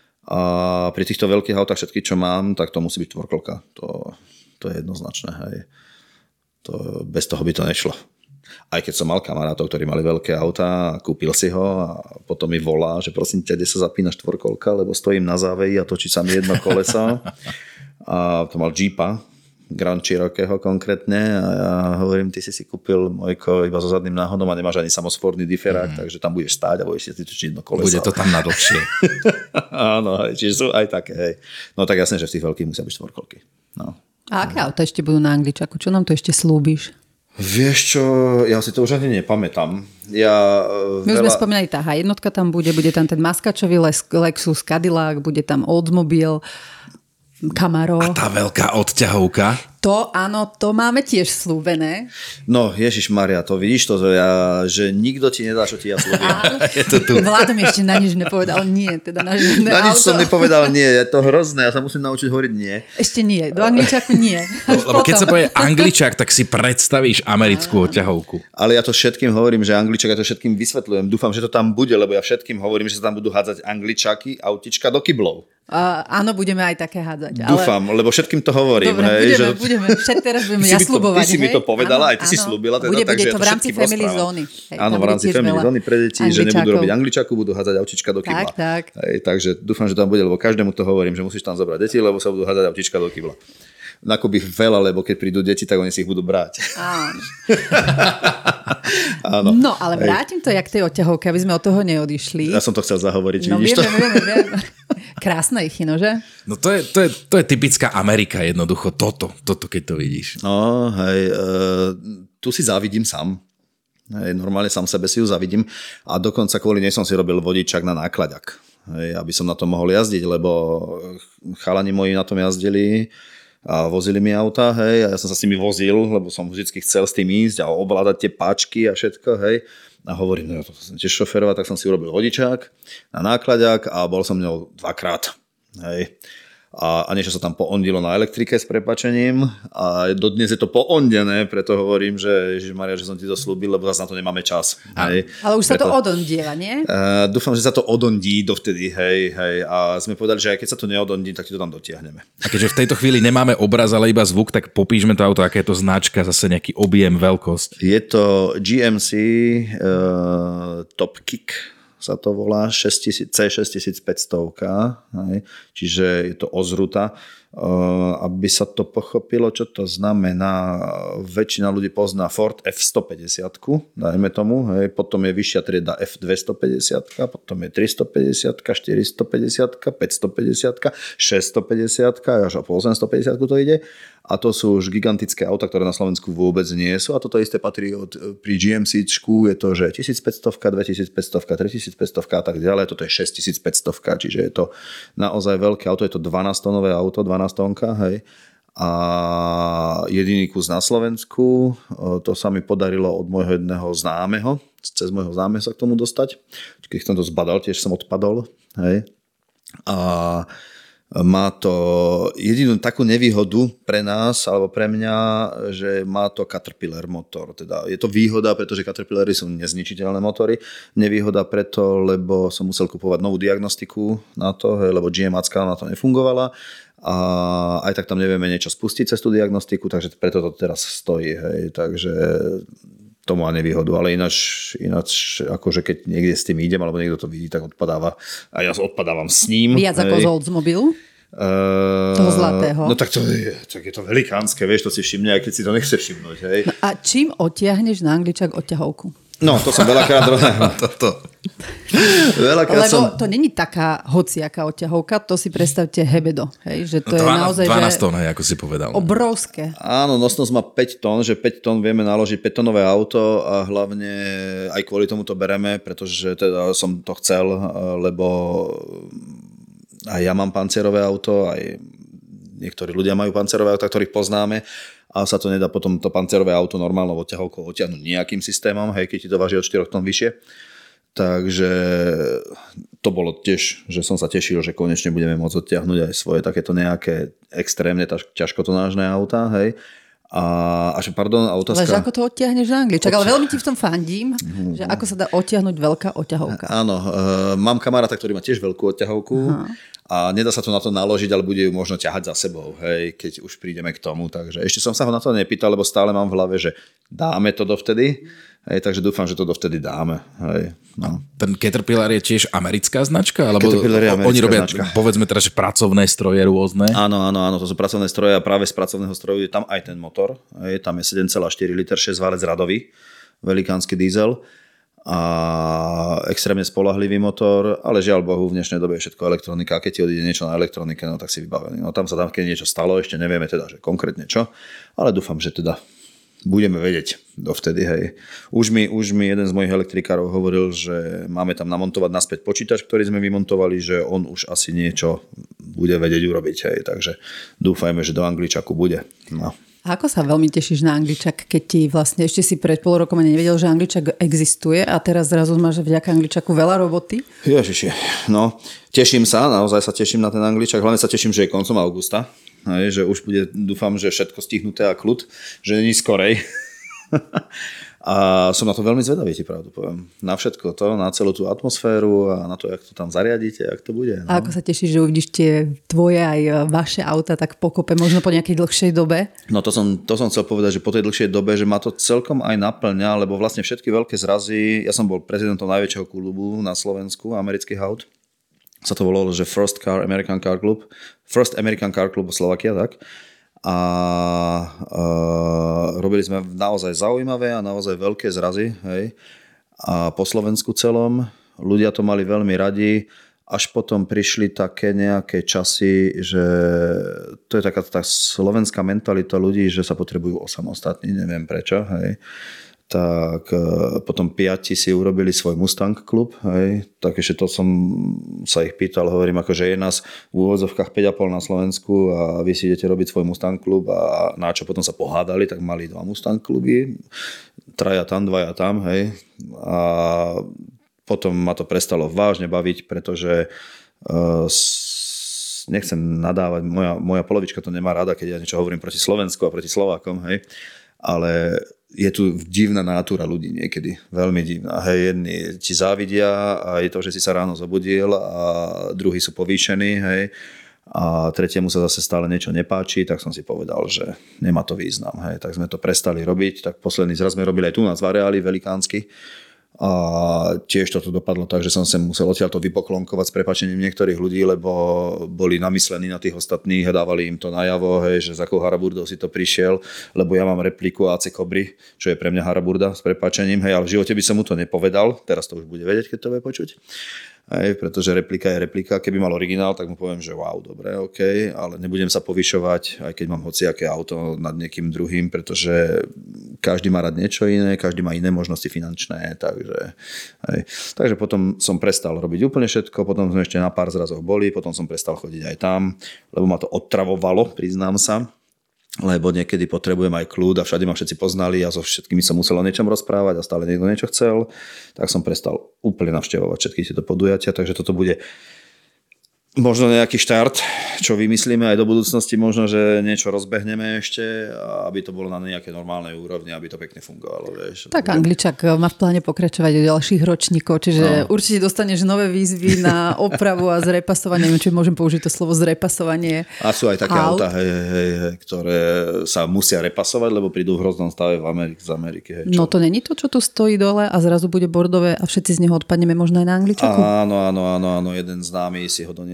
A pri týchto veľkých autách všetky, čo mám, tak to musí byť štvorkolka. To, to je jednoznačné. Hej. To, bez toho by to nešlo. Aj keď som mal kamarátov, ktorí mali veľké autá a kúpil si ho a potom mi volá, že prosím ťa, kde sa zapína štvorkolka, lebo stojím na záveji a točí sa mi jedno koleso. A to mal Jeepa, Grand Cherokeeho konkrétne a ja hovorím, ty si si kúpil Mojko iba so zadným náhodom a nemáš ani samosforný diferák, mm. takže tam budeš stáť a budeš si točiť jedno koleso. Bude to tam na dlhšie. Áno, čiže sú aj také, hej. No tak jasne, že v tých veľkých musia byť štvorkolky. No. A aké auta ešte budú na Angličaku? Čo nám to ešte slúbiš? Vieš čo, ja si to už ani nepamätám. Ja, My veľa... už sme spomínali, tá há jedna tam bude, bude tam ten maskačový Lexus, Cadillac, bude tam Oldsmobile, Camaro. A tá veľká odťahovka? To áno, to máme tiež slúbené. No, Ježišmaria, to vidíš to, že, ja, že nikto ti nedá, čo ti ja slúbim. Je to tu. Vládom ešte na nič nepovedal nie. Teda na žiadne na nič auto. som nepovedal nie, je to hrozné, ja sa musím naučiť hovoriť nie. Ešte nie, do Angličaku nie. Lebo keď sa povie Angličák, tak si predstavíš americkú odťahovku. Ale ja to všetkým hovorím, že Angličák, ja to všetkým vysvetľujem. Dúfam, že to tam bude, lebo ja všetkým hovorím, že sa tam budú hádzať Angličáky, autička do kyblov. Uh, áno, budeme aj také hádzať. Dúfam, ale... lebo všetkým to hovorím. Dobre, hej, budeme, že... budeme. Však teraz budeme ja slubovať. Ty si mi to povedala, áno, aj ty áno. si slúbila. Teda, bude, takže bude to ja v rámci family zóny. Áno, v rámci family zóny pre deti, že nebudú robiť Angličáku, budú hádzať autička do kybla. Tak, tak. Hej, takže dúfam, že tam bude, lebo každému to hovorím, že musíš tam zobrať deti, lebo sa budú hádzať autička do kybla. Nakúpi veľa, lebo keď prídu deti, tak oni si ich budú brať. Áno. Áno. No, ale vrátim to jak tej odťahovke, aby sme od toho neodišli. Ja som to chcel zahovoriť, no, vidíš vieme, to? Vieme, vieme. Krásne ich, no, že? No to je, to, je, to je typická Amerika jednoducho, toto, toto keď to vidíš. No, hej, uh, tu si závidím sám. Hej, normálne sám sebe si ju závidím a dokonca kvôli nej som si robil vodičák na náklaďak. Hej, aby som na to mohol jazdiť, lebo chalani moji na tom jazdili a vozili mi auta, hej, a ja som sa s nimi vozil, lebo som vždycky chcel s tým ísť a ovládať tie páčky a všetko, hej. A hovorím, no ja to som tiež šoferovať, tak som si urobil vodičák na náklaďák a bol som ňou dvakrát, hej. A, a niečo sa tam poondilo na elektrike s prepáčením a dodnes je to poondené, preto hovorím, že Ježišmaria, že som ti to slúbil, lebo zase na to nemáme čas. Hej. Ale už preto, sa to odondieva, nie? Uh, dúfam, že sa to odondí dovtedy, hej, hej. A sme povedali, že aj keď sa to neodondí, tak ti to tam dotiahneme. A keďže v tejto chvíli nemáme obraz, ale iba zvuk, tak popíšme to auto, aké je to značka, zase nejaký objem, veľkosť. Je to gé em cé uh, Top Kick, sa to volá, cé šesťtisícpäťsto, hej, čiže je to ozruta. Uh, aby sa to pochopilo, čo to znamená, väčšina ľudí pozná Ford ef stopäťdesiat, dajme tomu, hej, potom je vyššia trieda ef dvestopäťdesiat, potom je tristopäťdesiat, štyristopäťdesiat, päťstopäťdesiat, šesťstopäťdesiat, až po osemstopäťdesiat to ide. A to sú už gigantické auta, ktoré na Slovensku vôbec nie sú. A toto isté patrí od, pri gé em céčku, je to, že tisícpäťsto, dvetisícpäťsto, tritisícpäťsto a tak ďalej. Toto je šesťtisícpäťsto, čiže je to naozaj veľké auto. Je to dvanásťtonové auto, dvanásťtonka, hej. A jediný kus na Slovensku, to sa mi podarilo od môjho jedného známeho, cez môjho známeho sa k tomu dostať. Keď som to zbadal, tiež som odpadol, hej. A má to jedinú takú nevýhodu pre nás, alebo pre mňa, že má to Caterpillar motor. Teda je to výhoda, pretože Caterpillary sú nezničiteľné motory. Nevýhoda preto, lebo som musel kupovať novú diagnostiku na to, lebo gé em acka na to nefungovala. A aj tak tam nevieme niečo spustiť cez tú diagnostiku, takže preto to teraz stojí. Hej. Takže to má nevýhodu, ale ináč, ináč akože keď niekde s tým idem, alebo niekto to vidí, tak odpadáva. A ja odpadávam s ním. Viac hej. Ako z Oldsmobile? Uh, Toho zlatého. No tak to je, tak je to velikánske, vieš, to si všimne, aj keď si to nechce všimnúť. Hej. No a čím odtiahneš na angličak odťahovku? No, to som veľakrát... toto. Veľakrát Lebo som... to není taká hociaká odťahovka, to si predstavte hebedo. Hej, že to je naozaj dvanásť že tón, hej, ako si povedal. Obrovské. Áno, nosnosť má päť tón, že päť tón vieme naložiť päťtonové auto a hlavne aj kvôli tomu to bereme, pretože teda som to chcel, lebo aj ja mám pancierové auto, aj niektorí ľudia majú pancierové auta, ktorých poznáme a sa to nedá potom to pancierové auto normálnou odťahovkou odtiahnuť nejakým systémom, hej, keď ti to váži od štyri tón vyššie. Takže to bolo tiež, že som sa tešil, že konečne budeme môcť odtiahnuť aj svoje takéto nejaké extrémne ťažkotonážne autá, hej. A, a že, pardon, a otázka... Ale že ako to odtiahneš na angličak, ale veľmi ti v tom fandím, že ako sa dá odtiahnuť veľká odťahovka. Áno, e, mám kamaráta, ktorý má tiež veľkú odťahovku. Aha. A nedá sa to na to naložiť, ale bude ju možno ťahať za sebou, hej, keď už prídeme k tomu. Takže ešte som sa ho na to nepýtal, lebo stále mám v hlave, že dáme to dovtedy. Hej, takže dúfam, že to dovtedy dáme. Hej, no. Ten Caterpillar je tiež americká značka? Alebo Caterpillar je americká oni robia, značka. Povedzme teraz, že pracovné stroje rôzne? Áno, áno, áno, to sú pracovné stroje a práve z pracovného stroju je tam aj ten motor. Hej, tam je sedem celá štyri liter šesťválec radový, velikánsky diesel a extrémne spoľahlivý motor, ale žiaľ Bohu, v dnešnej dobe je všetko elektronika a keď ti odíde niečo na elektronike, no tak si vybavený. No tam sa tam keď niečo stalo, ešte nevieme teda, že konkrétne čo, ale dúfam, že teda budeme vedieť dovtedy, hej. Už mi, už mi jeden z mojich elektrikárov hovoril, že máme tam namontovať naspäť počítač, ktorý sme vymontovali, že on už asi niečo bude vedieť urobiť, hej. Takže dúfajme, že do angličaku bude. No. A ako sa veľmi tešíš na angličak, keď ti vlastne ešte si pred pol rokom ani nevedel, že angličak existuje a teraz zrazu máš vďaka angličaku veľa roboty? Ježiši, no teším sa, naozaj sa teším na ten angličak, hlavne sa teším, že je koncom augusta. Hej, že už bude, dúfam, že všetko stihnuté a kľud, že není skorej. A som na to veľmi zvedavý, ti pravdu poviem. Na všetko to, na celú tú atmosféru a na to, jak to tam zariadíte, jak to bude. No. A ako sa tešíš, že uvidíš tie tvoje aj vaše auta tak pokope, možno po nejakej dlhšej dobe? No to som, to som chcel povedať, že po tej dlhšej dobe, že ma to celkom aj naplňa, lebo vlastne všetky veľké zrazy, ja som bol prezidentom najväčšieho klubu na Slovensku, amerických aut, sa to volalo, že First Car American Car Club, First American Car Club Slovakia, tak. A uh, robili sme naozaj zaujímavé a naozaj veľké zrazy, hej. A po Slovensku celom, ľudia to mali veľmi radi, až potom prišli také nejaké časy, že to je taká tá slovenská mentalita ľudí, že sa potrebujú osamostatniť, neviem prečo, hej. Tak potom piati si urobili svoj Mustang klub, hej, tak ešte to som sa ich pýtal, hovorím, akože je nás v úvodzovkách päť a pol na Slovensku a vy si idete robiť svoj Mustang klub a na čo potom sa pohádali, tak mali dva Mustang kluby, traja tam, dvaja tam, hej, a potom ma to prestalo vážne baviť, pretože uh, nechcem nadávať, moja, moja polovička to nemá rada, keď ja niečo hovorím proti Slovensku a proti Slovákom, hej, ale je tu divná natúra ľudí niekedy, veľmi divná. Hej, jedni ti závidia a je to, že si sa ráno zobudil a druhí sú povýšení, hej, a tretiemu sa zase stále niečo nepáči, tak som si povedal, že nemá to význam, hej, tak sme to prestali robiť, tak posledný zraz sme robili aj tu na Zvareáli, velikánsky. A tiež toto dopadlo tak, že som sa musel odtiaľto vypoklonkovať s prepáčením niektorých ľudí, lebo boli namyslení na tých ostatných a dávali im to najavo, hej, že za akou haraburdou si to prišiel, lebo ja mám repliku á cé Cobry, čo je pre mňa haraburda s prepáčením, hej, ale v živote by som mu to nepovedal, teraz to už bude vedieť, keď to bude počuť. Hej, pretože replika je replika, keby mal originál, tak mu poviem, že wow, dobre, ok, ale nebudem sa povyšovať, aj keď mám hociaké auto nad niekým druhým, pretože každý má rád niečo iné, každý má iné možnosti finančné, takže, hej. Takže potom som prestal robiť úplne všetko, potom sme ešte na pár zrazoch boli, potom som prestal chodiť aj tam, lebo ma to otravovalo, priznám sa. Lebo niekedy potrebujem aj kľud a všade ma všetci poznali a so všetkými som musel o niečom rozprávať a stále niekto niečo chcel, tak som prestal úplne navštevovať všetky tieto podujatia, takže toto bude možno nejaký štart, čo vymyslíme aj do budúcnosti, možno, že niečo rozbehneme ešte, aby to bolo na nejaké normálnej úrovni, aby to pekne fungovalo. Vieš. Tak Angličak má v pláne pokračovať do ďalších ročníkov, čiže no. Určite dostaneš nové výzvy na opravu a zrepasovanie, neviem, či môžem použiť to slovo zrepasovanie. A sú aj také autá, hej, hej, hej, ktoré sa musia repasovať, lebo prídu v hroznom stave v Amerike, z Ameriky. Hej, no to není to, čo tu stojí dole a zrazu bude bordové a všetci z neho odpadneme možno aj na Angličaku? Áno, áno, áno, áno, jeden známy si ho doniesol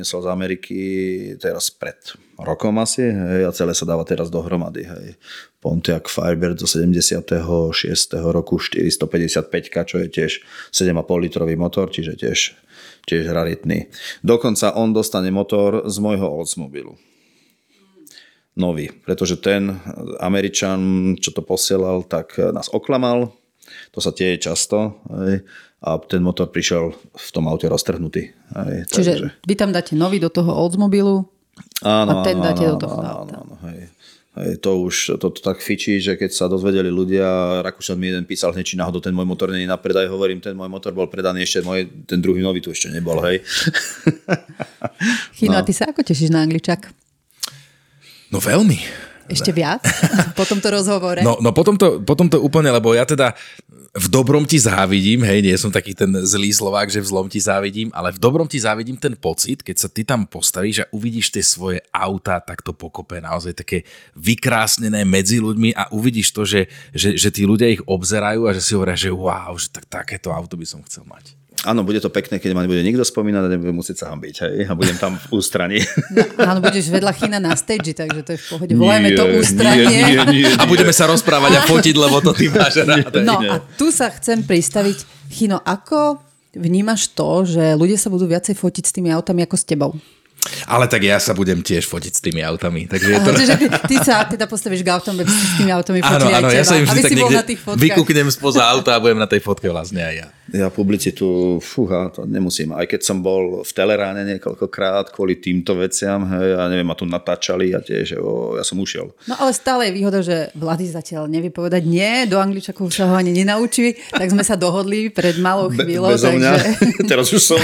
doniesol z Ameriky teraz pred rokom asi, hej, a celé sa dáva teraz dohromady. Hej. Pontiac Firebird zo sedemdesiateho šiesteho roku štyristopäťdesiatpäť, čo je tiež sedem a pol litrový motor, čiže tiež, tiež raritný. Dokonca on dostane motor z môjho Oldsmobilu. Nový, pretože ten Američan, čo to posielal, tak nás oklamal. To sa deje často. Hej. A ten motor prišiel v tom aute roztrhnutý. Hej. Čiže Takže... vy tam dáte nový do toho Oldsmobilu áno, a ten áno, dáte áno, do toho áno, auta. áno, hej. Hej, to už to, to tak fičí, že keď sa dozvedeli ľudia, Rakúšan mi jeden písal hneď, či náhodou ten môj motor nie je na predaj, hovorím, ten môj motor bol predaný ešte, môj, ten druhý nový tu ešte nebol, hej. Chino, no. A ty sa ako tešíš na Angličák? No veľmi. Ešte viac? Po tomto rozhovore? No, no potom, to, potom to úplne, lebo ja teda v dobrom ti závidím, hej, nie som taký ten zlý Slovák, že v zlom ti závidím, ale v dobrom ti závidím ten pocit, keď sa ty tam postavíš a uvidíš tie svoje autá takto pokope, naozaj také vykrásnené medzi ľuďmi a uvidíš to, že, že, že tí ľudia ich obzerajú a že si hovoria, že wow, že tak, takéto auto by som chcel mať. Áno, bude to pekné, keď ma nebude nikto spomínať a nebudem musieť sa hambiť, hej, a budem tam v ústraní. No, áno, budeš vedľa China na stage, takže to je v pohode. Volajme to ústranie. Nie, nie, nie, nie. A budeme sa rozprávať a fotiť, lebo to ty máš rád. No a tu sa chcem pristaviť. Chino, ako vnímaš to, že ľudia sa budú viacej fotiť s tými autami ako s tebou? Ale tak ja sa budem tiež fotiť s tými autami. Takže je to... Aha, ty, ty sa teda postavíš k autom, aby si s tými autami fotili áno, áno, aj teba. ja sa im vždy tak niekde vykúknem spoza auta a budem na tej fotke vlastne aj ja. Ja publicitu, fúha, to nemusím. Aj keď som bol v Teleráne niekoľkokrát kvôli týmto veciam, hej, a neviem, ma tu natáčali a tiež, o, ja som ušiel. No ale stále je výhoda, že Vlady zatiaľ nevie povedať nie, do Angličakov sa ho ani nenaučí, tak sme sa dohodli pred malou chvíľou. Be, bezo mňa, takže... teraz už som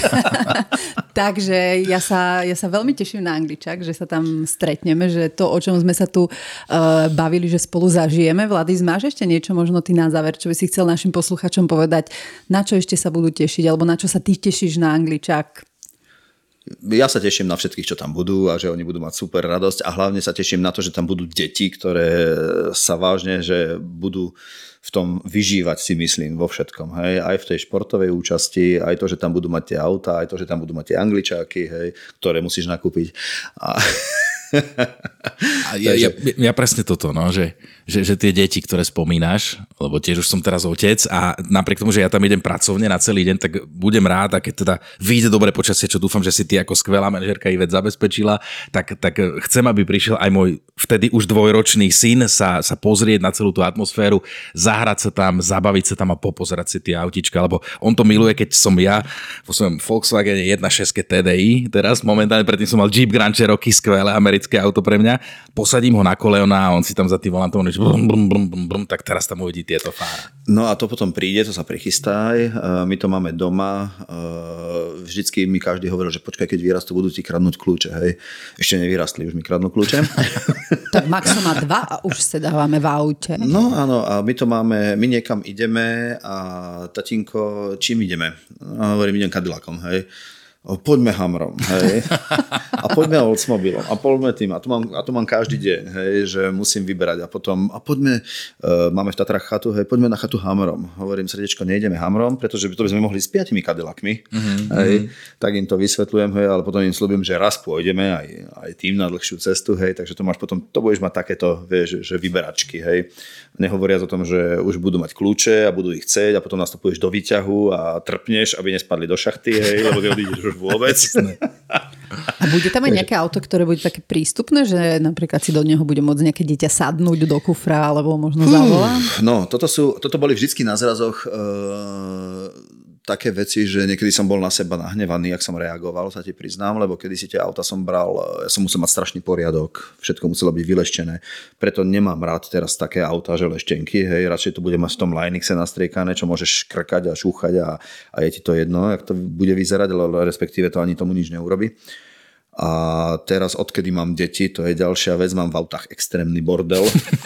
Takže ja sa, ja sa veľmi teším na Angličak, že sa tam stretneme, že to, o čom sme sa tu uh, bavili, že spolu zažijeme. Vlady, máš ešte niečo možno ty na záver, čo by si chcel našim posluchačom povedať, na čo ešte sa budú tešiť, alebo na čo sa ty tešíš na Angličak? Ja sa teším na všetkých, čo tam budú a že oni budú mať super radosť a hlavne sa teším na to, že tam budú deti, ktoré sa vážne, že budú v tom vyžívať, si myslím, vo všetkom. Hej? Aj v tej športovej účasti, aj to, že tam budú mať tie autá, aj to, že tam budú mať tie Angličáky, hej, ktoré musíš nakúpiť. A... A ja, ja, ja presne toto, no, že, že, že tie deti, ktoré spomínaš, lebo tiež už som teraz otec a napriek tomu, že ja tam idem pracovne na celý deň, tak budem rád a keď teda vyjde dobre počasie, čo dúfam, že si ty ako skvelá manažérka Ivet zabezpečila, tak, tak chcem, aby prišiel aj môj vtedy už dvojročný syn sa, sa pozrieť na celú tú atmosféru, zahrať sa tam, zabaviť sa tam a popozerať si tie autička, lebo on to miluje, keď som ja vo svojom Volkswagene jedna šesť té dé í, teraz momentálne predtým som mal Jeep Grand Cherokee, skvelé americké auto pre mňa, posadím ho na koleona a on si tam za tým volantom brum, brum, brum, brum, brum, tak teraz tam uvidí tieto fára. No a to potom príde, to sa prichystaj, my to máme doma, vždycky mi každý hovoril, že počkaj, keď vyrastú, budú ti kradnúť kľúče, hej. Ešte nevyrastli, už mi kradnú kľúče. Tak Maxo má dva a už sa dávame v aute. No áno, a my to máme, my niekam ideme a tatínko, čím ideme? A hovorím, idem Cadillacom, hej. O, poďme Hamrom, hej. A poďme Oldsmobilom. A poďme tým. A to mám, a to mám každý deň, hej, že musím vyberať. A potom, a poďme, uh, máme v Tatrách chatu, hej, poďme na chatu Hamrom. Hovorím, srdiečko, nejdeme Hamrom, pretože to by sme mohli s piatimi Cadillacmi. Mm-hmm. Hej. Tak im to vysvetľujem, hej, ale potom im slúbim, že raz pôjdeme aj, aj tým na dlhšiu cestu, hej, takže to máš potom, to budeš mať takéto, vieš, že vyberačky, hej. Nehovoriac o tom, že už budú mať kľúče a budú ich chcieť a potom nastupuješ do výťahu a trpneš, aby nespadli do šachty, hej, lebo odídeš už vôbec. A bude tam aj nejaké auto, ktoré bude také prístupné, že napríklad si do neho bude môcť nejaké dieťa sadnúť do kufra alebo možno zavolá? No, toto, sú, toto boli vždycky na zrazoch e, také veci, že niekedy som bol na seba nahnevaný, ak som reagoval, sa ti priznám, lebo kedy si tie auta som bral, ja som musel mať strašný poriadok, všetko muselo byť vyleštené, preto nemám rád teraz také auta, že leštenky, hej, radšej to bude mať v tom Linexe nastriekané, čo môžeš krkať a šúchať a, a je ti to jedno, jak to bude vyzerať, ale respektíve to ani tomu nič neurobi. A teraz, odkedy mám deti, to je ďalšia vec, mám v autách extrémny bordel.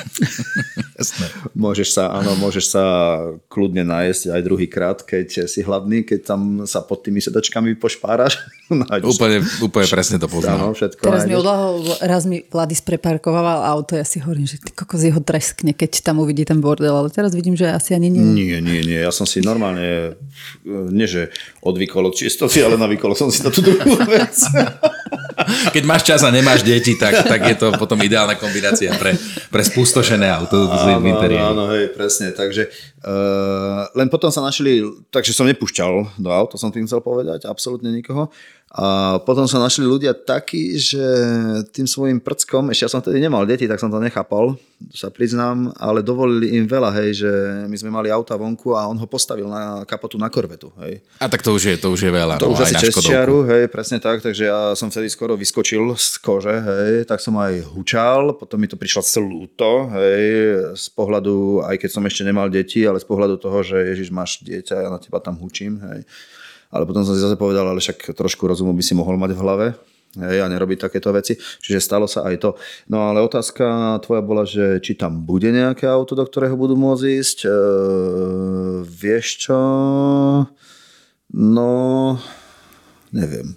môžeš sa, áno, môžeš sa kľudne nájsť aj druhý krát, keď si hladný, keď tam sa pod tými sedačkami pošpáraš. úplne, úplne presne to poznám. Áno, všetko teraz nájdeš. mi odľahol, raz mi Vladis preparkoval auto, ja si hovorím, že ty kokos jeho treskne, keď tam uvidí ten bordel, ale teraz vidím, že asi ani nie. Nie, nie, nie, ja som si normálne, nie že odvykol od čistoty, ale navykol som si na tú druhú vec. Keď máš čas a nemáš deti, tak, tak je to potom ideálna kombinácia pre, pre spustošené auto. Áno, áno, áno, hej, presne. Takže uh, len potom sa našli, takže som nepúšťal do aut, to som tým chcel povedať, absolútne nikoho. A potom sa našli ľudia takí, že tým svojim prckom, ešte ja som vtedy nemal deti, tak som to nechápal, sa priznám, ale dovolili im veľa, hej, že my sme mali auta vonku a on ho postavil na kapotu na korvetu, hej. A tak to už je, to už je veľa. To no, už aj asi na čes Škodovku. čiaru, hej, presne tak, takže ja som vtedy skoro vyskočil z kože, hej, tak som aj hučal, potom mi to prišlo celúto, hej, z pohľadu, aj keď som ešte nemal deti, ale z pohľadu toho, že Ježiš, máš dieťa, ja na teba tam hučím, hej. Ale potom som si zase povedal, ale však trošku rozumu by si mohol mať v hlave, hej, a nerobiť takéto veci. Čiže stalo sa aj to. No ale otázka tvoja bola, že či tam bude nejaké auto, do ktorého budú môcť ísť. E, vieš čo? No, neviem.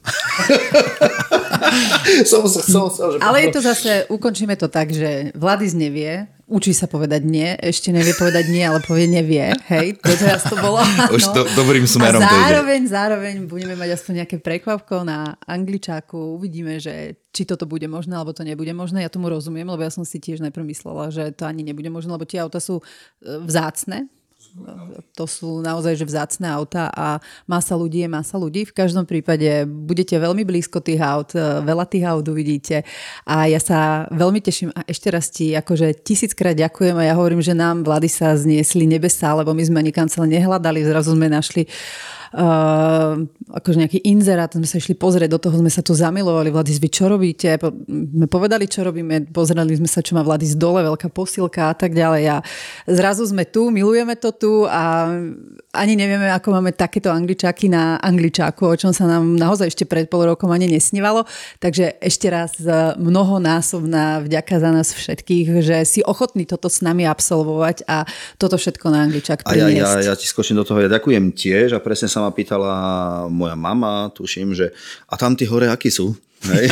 som sa chcel, že... Ale je to zase, ukončíme to tak, že Vladis nevie, učí sa povedať nie, ešte nevie povedať nie, ale povie nevie, hej, doteraz to bolo. Už to, dobrým smerom a to zároveň, ide. zároveň budeme mať aspoň nejaké prekvapko na angličáku, uvidíme, že či toto bude možné, alebo to nebude možné, ja tomu rozumiem, lebo ja som si tiež najprv myslela, že to ani nebude možné, lebo tie auta sú vzácne. To sú naozaj že vzácne auta a masa ľudí je masa ľudí. V každom prípade budete veľmi blízko tých aut, veľa tých aut uvidíte a ja sa veľmi teším a ešte raz ti akože tisíckrát ďakujem a ja hovorím, že nám Vladisa zniesli nebesá, lebo my sme nikam celé nehľadali, zrazu sme našli Uh, akože nejaký inzerát, sme sa išli pozrieť, do toho sme sa tu zamilovali. Vladis, vy čo robíte? Po, sme povedali, čo robíme, pozerali sme sa, čo má Vladis dole, veľká posilka a tak ďalej. A zrazu sme tu, milujeme to tu a ani nevieme, ako máme takéto angličáky na angličáku, o čom sa nám naozaj ešte pred pol rokom ani nesnívalo. Takže ešte raz mnohonásobná vďaka za nás všetkých, že si ochotní toto s nami absolvovať a toto všetko na angličák priniesť. A ja, ja, ja ti skočím do toho, ja ďakujem tiež a presne sa ma pýtala moja mama, tuším, že a tam tí hore akí sú? Hej?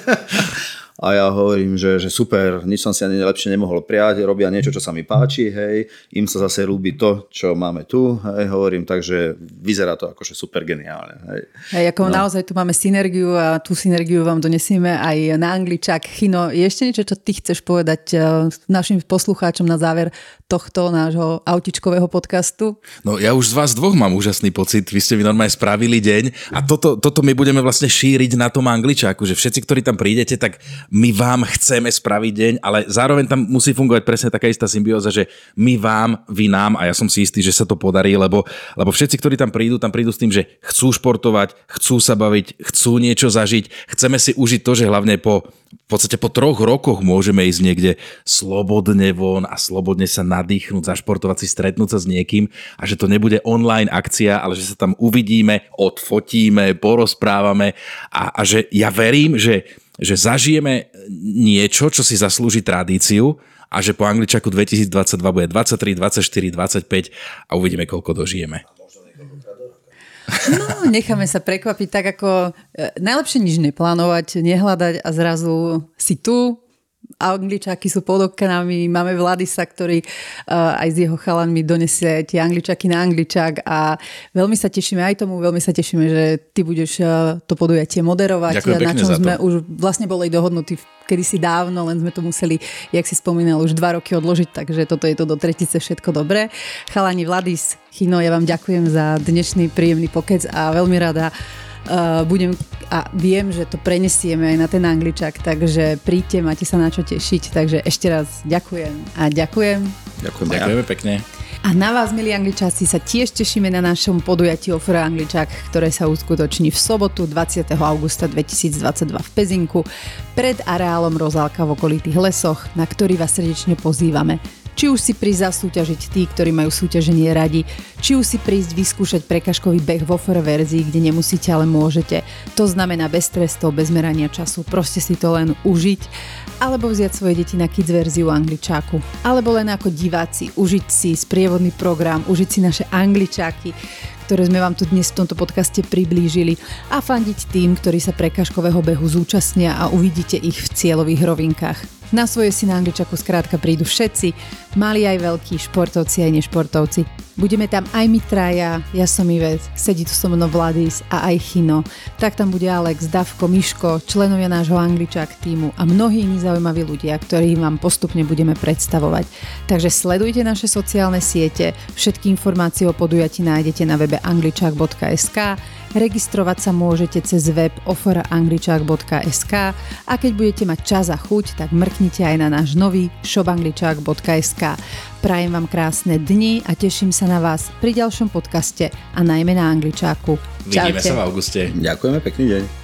A ja hovorím, že, že super, nič som si ani lepšie nemohol prijať, robia niečo, čo sa mi páči, hej, im sa zase ľúbi to, čo máme tu, hej, hovorím, takže vyzerá to akože super geniálne. Hej, hej ako no. Naozaj tu máme synergiu a tú synergiu vám donesieme aj na angličák. Chino, je ešte niečo, čo ty chceš povedať našim poslucháčom na záver tohto nášho autičkového podcastu? No ja už z vás dvoch mám úžasný pocit, vy ste mi normálne spravili deň a toto, toto my budeme vlastne šíriť na tom angličáku, že všetci, ktorí tam prídete, tak my vám chceme spraviť deň, ale zároveň tam musí fungovať presne taká istá symbióza, že my vám, vy nám a ja som si istý, že sa to podarí, lebo, lebo všetci, ktorí tam prídu, tam prídu s tým, že chcú športovať, chcú sa baviť, chcú niečo zažiť, chceme si užiť to, že hlavne po v podstate po troch rokoch môžeme ísť niekde slobodne von a slobodne sa nadýchnúť, zašportovať si, stretnúť sa s niekým a že to nebude online akcia, ale že sa tam uvidíme, odfotíme, porozprávame a, a že ja verím, že že zažijeme niečo, čo si zaslúži tradíciu a že po angličaku dvetisícdvadsaťdva bude dvadsaťtri, dvadsaťštyri, dvadsaťpäť a uvidíme, koľko dožijeme. No, necháme sa prekvapiť tak, ako najlepšie nič neplánovať, nehľadať a zrazu si tu. Angličáky sú pod oknami, máme Vladisa, ktorý uh, aj s jeho chalanmi donesie tie angličáky na angličák a veľmi sa tešíme aj tomu, veľmi sa tešíme, že ty budeš uh, to podujatie moderovať. Ďakujem na pekne čom za to. Sme už vlastne boli dohodnutí kedysi dávno, len sme to museli, jak si spomínal, už dva roky odložiť, takže toto je to do tretice všetko dobré. Chalani, Vladis, Chino, ja vám ďakujem za dnešný príjemný pokec a veľmi rada Uh, budem a viem, že to prenesieme aj na ten angličák, takže príďte, máte sa na čo tešiť, takže ešte raz ďakujem a ďakujem. Ďakujem. Ďakujeme pekne. A na vás, milí angličáci, sa tiež tešíme na našom podujatí Offer Angličák, ktoré sa uskutoční v sobotu dvadsiateho augusta dvetisícdvadsaťdva v Pezinku pred areálom Rozálka v okolitých lesoch, na ktorý vás srdečne pozývame. Či už si prísť zasúťažiť tí, ktorí majú súťaženie radi, či už si prísť vyskúšať prekažkový beh vo offer verzii, kde nemusíte, ale môžete. To znamená bez trestov, bez merania času, proste si to len užiť, alebo vziať svoje deti na kids verziu angličáku, alebo len ako diváci užiť si sprievodný program, užiť si naše angličáky, ktoré sme vám tu dnes v tomto podcaste priblížili, a fandiť tým, ktorí sa prekažkového behu zúčastnia, a uvidíte ich v cieľových rovinkách. Na svoje si na angličaku skrátka prídu všetci, malí aj veľkí, športovci aj nešportovci. Budeme tam aj my traja, ja som Ivet, sedí tu so mnou Vladis a aj Chino. Tak tam bude Alex, Davko, Miško, členovia nášho angličák týmu a mnohí iní zaujímaví ľudia, ktorých vám postupne budeme predstavovať. Takže sledujte naše sociálne siete, všetky informácie o podujatí nájdete na webe angličák bodka es ká, registrovať sa môžete cez web offer angličák bodka es ká a keď budete mať čas a chuť, tak mrknite aj na náš nový shop angličák bodka es ká. Prajem vám krásne dni a teším sa na vás pri ďalšom podcaste a najmä na angličáku. Vidíme Čaute. sa v auguste. Ďakujeme, pekný deň.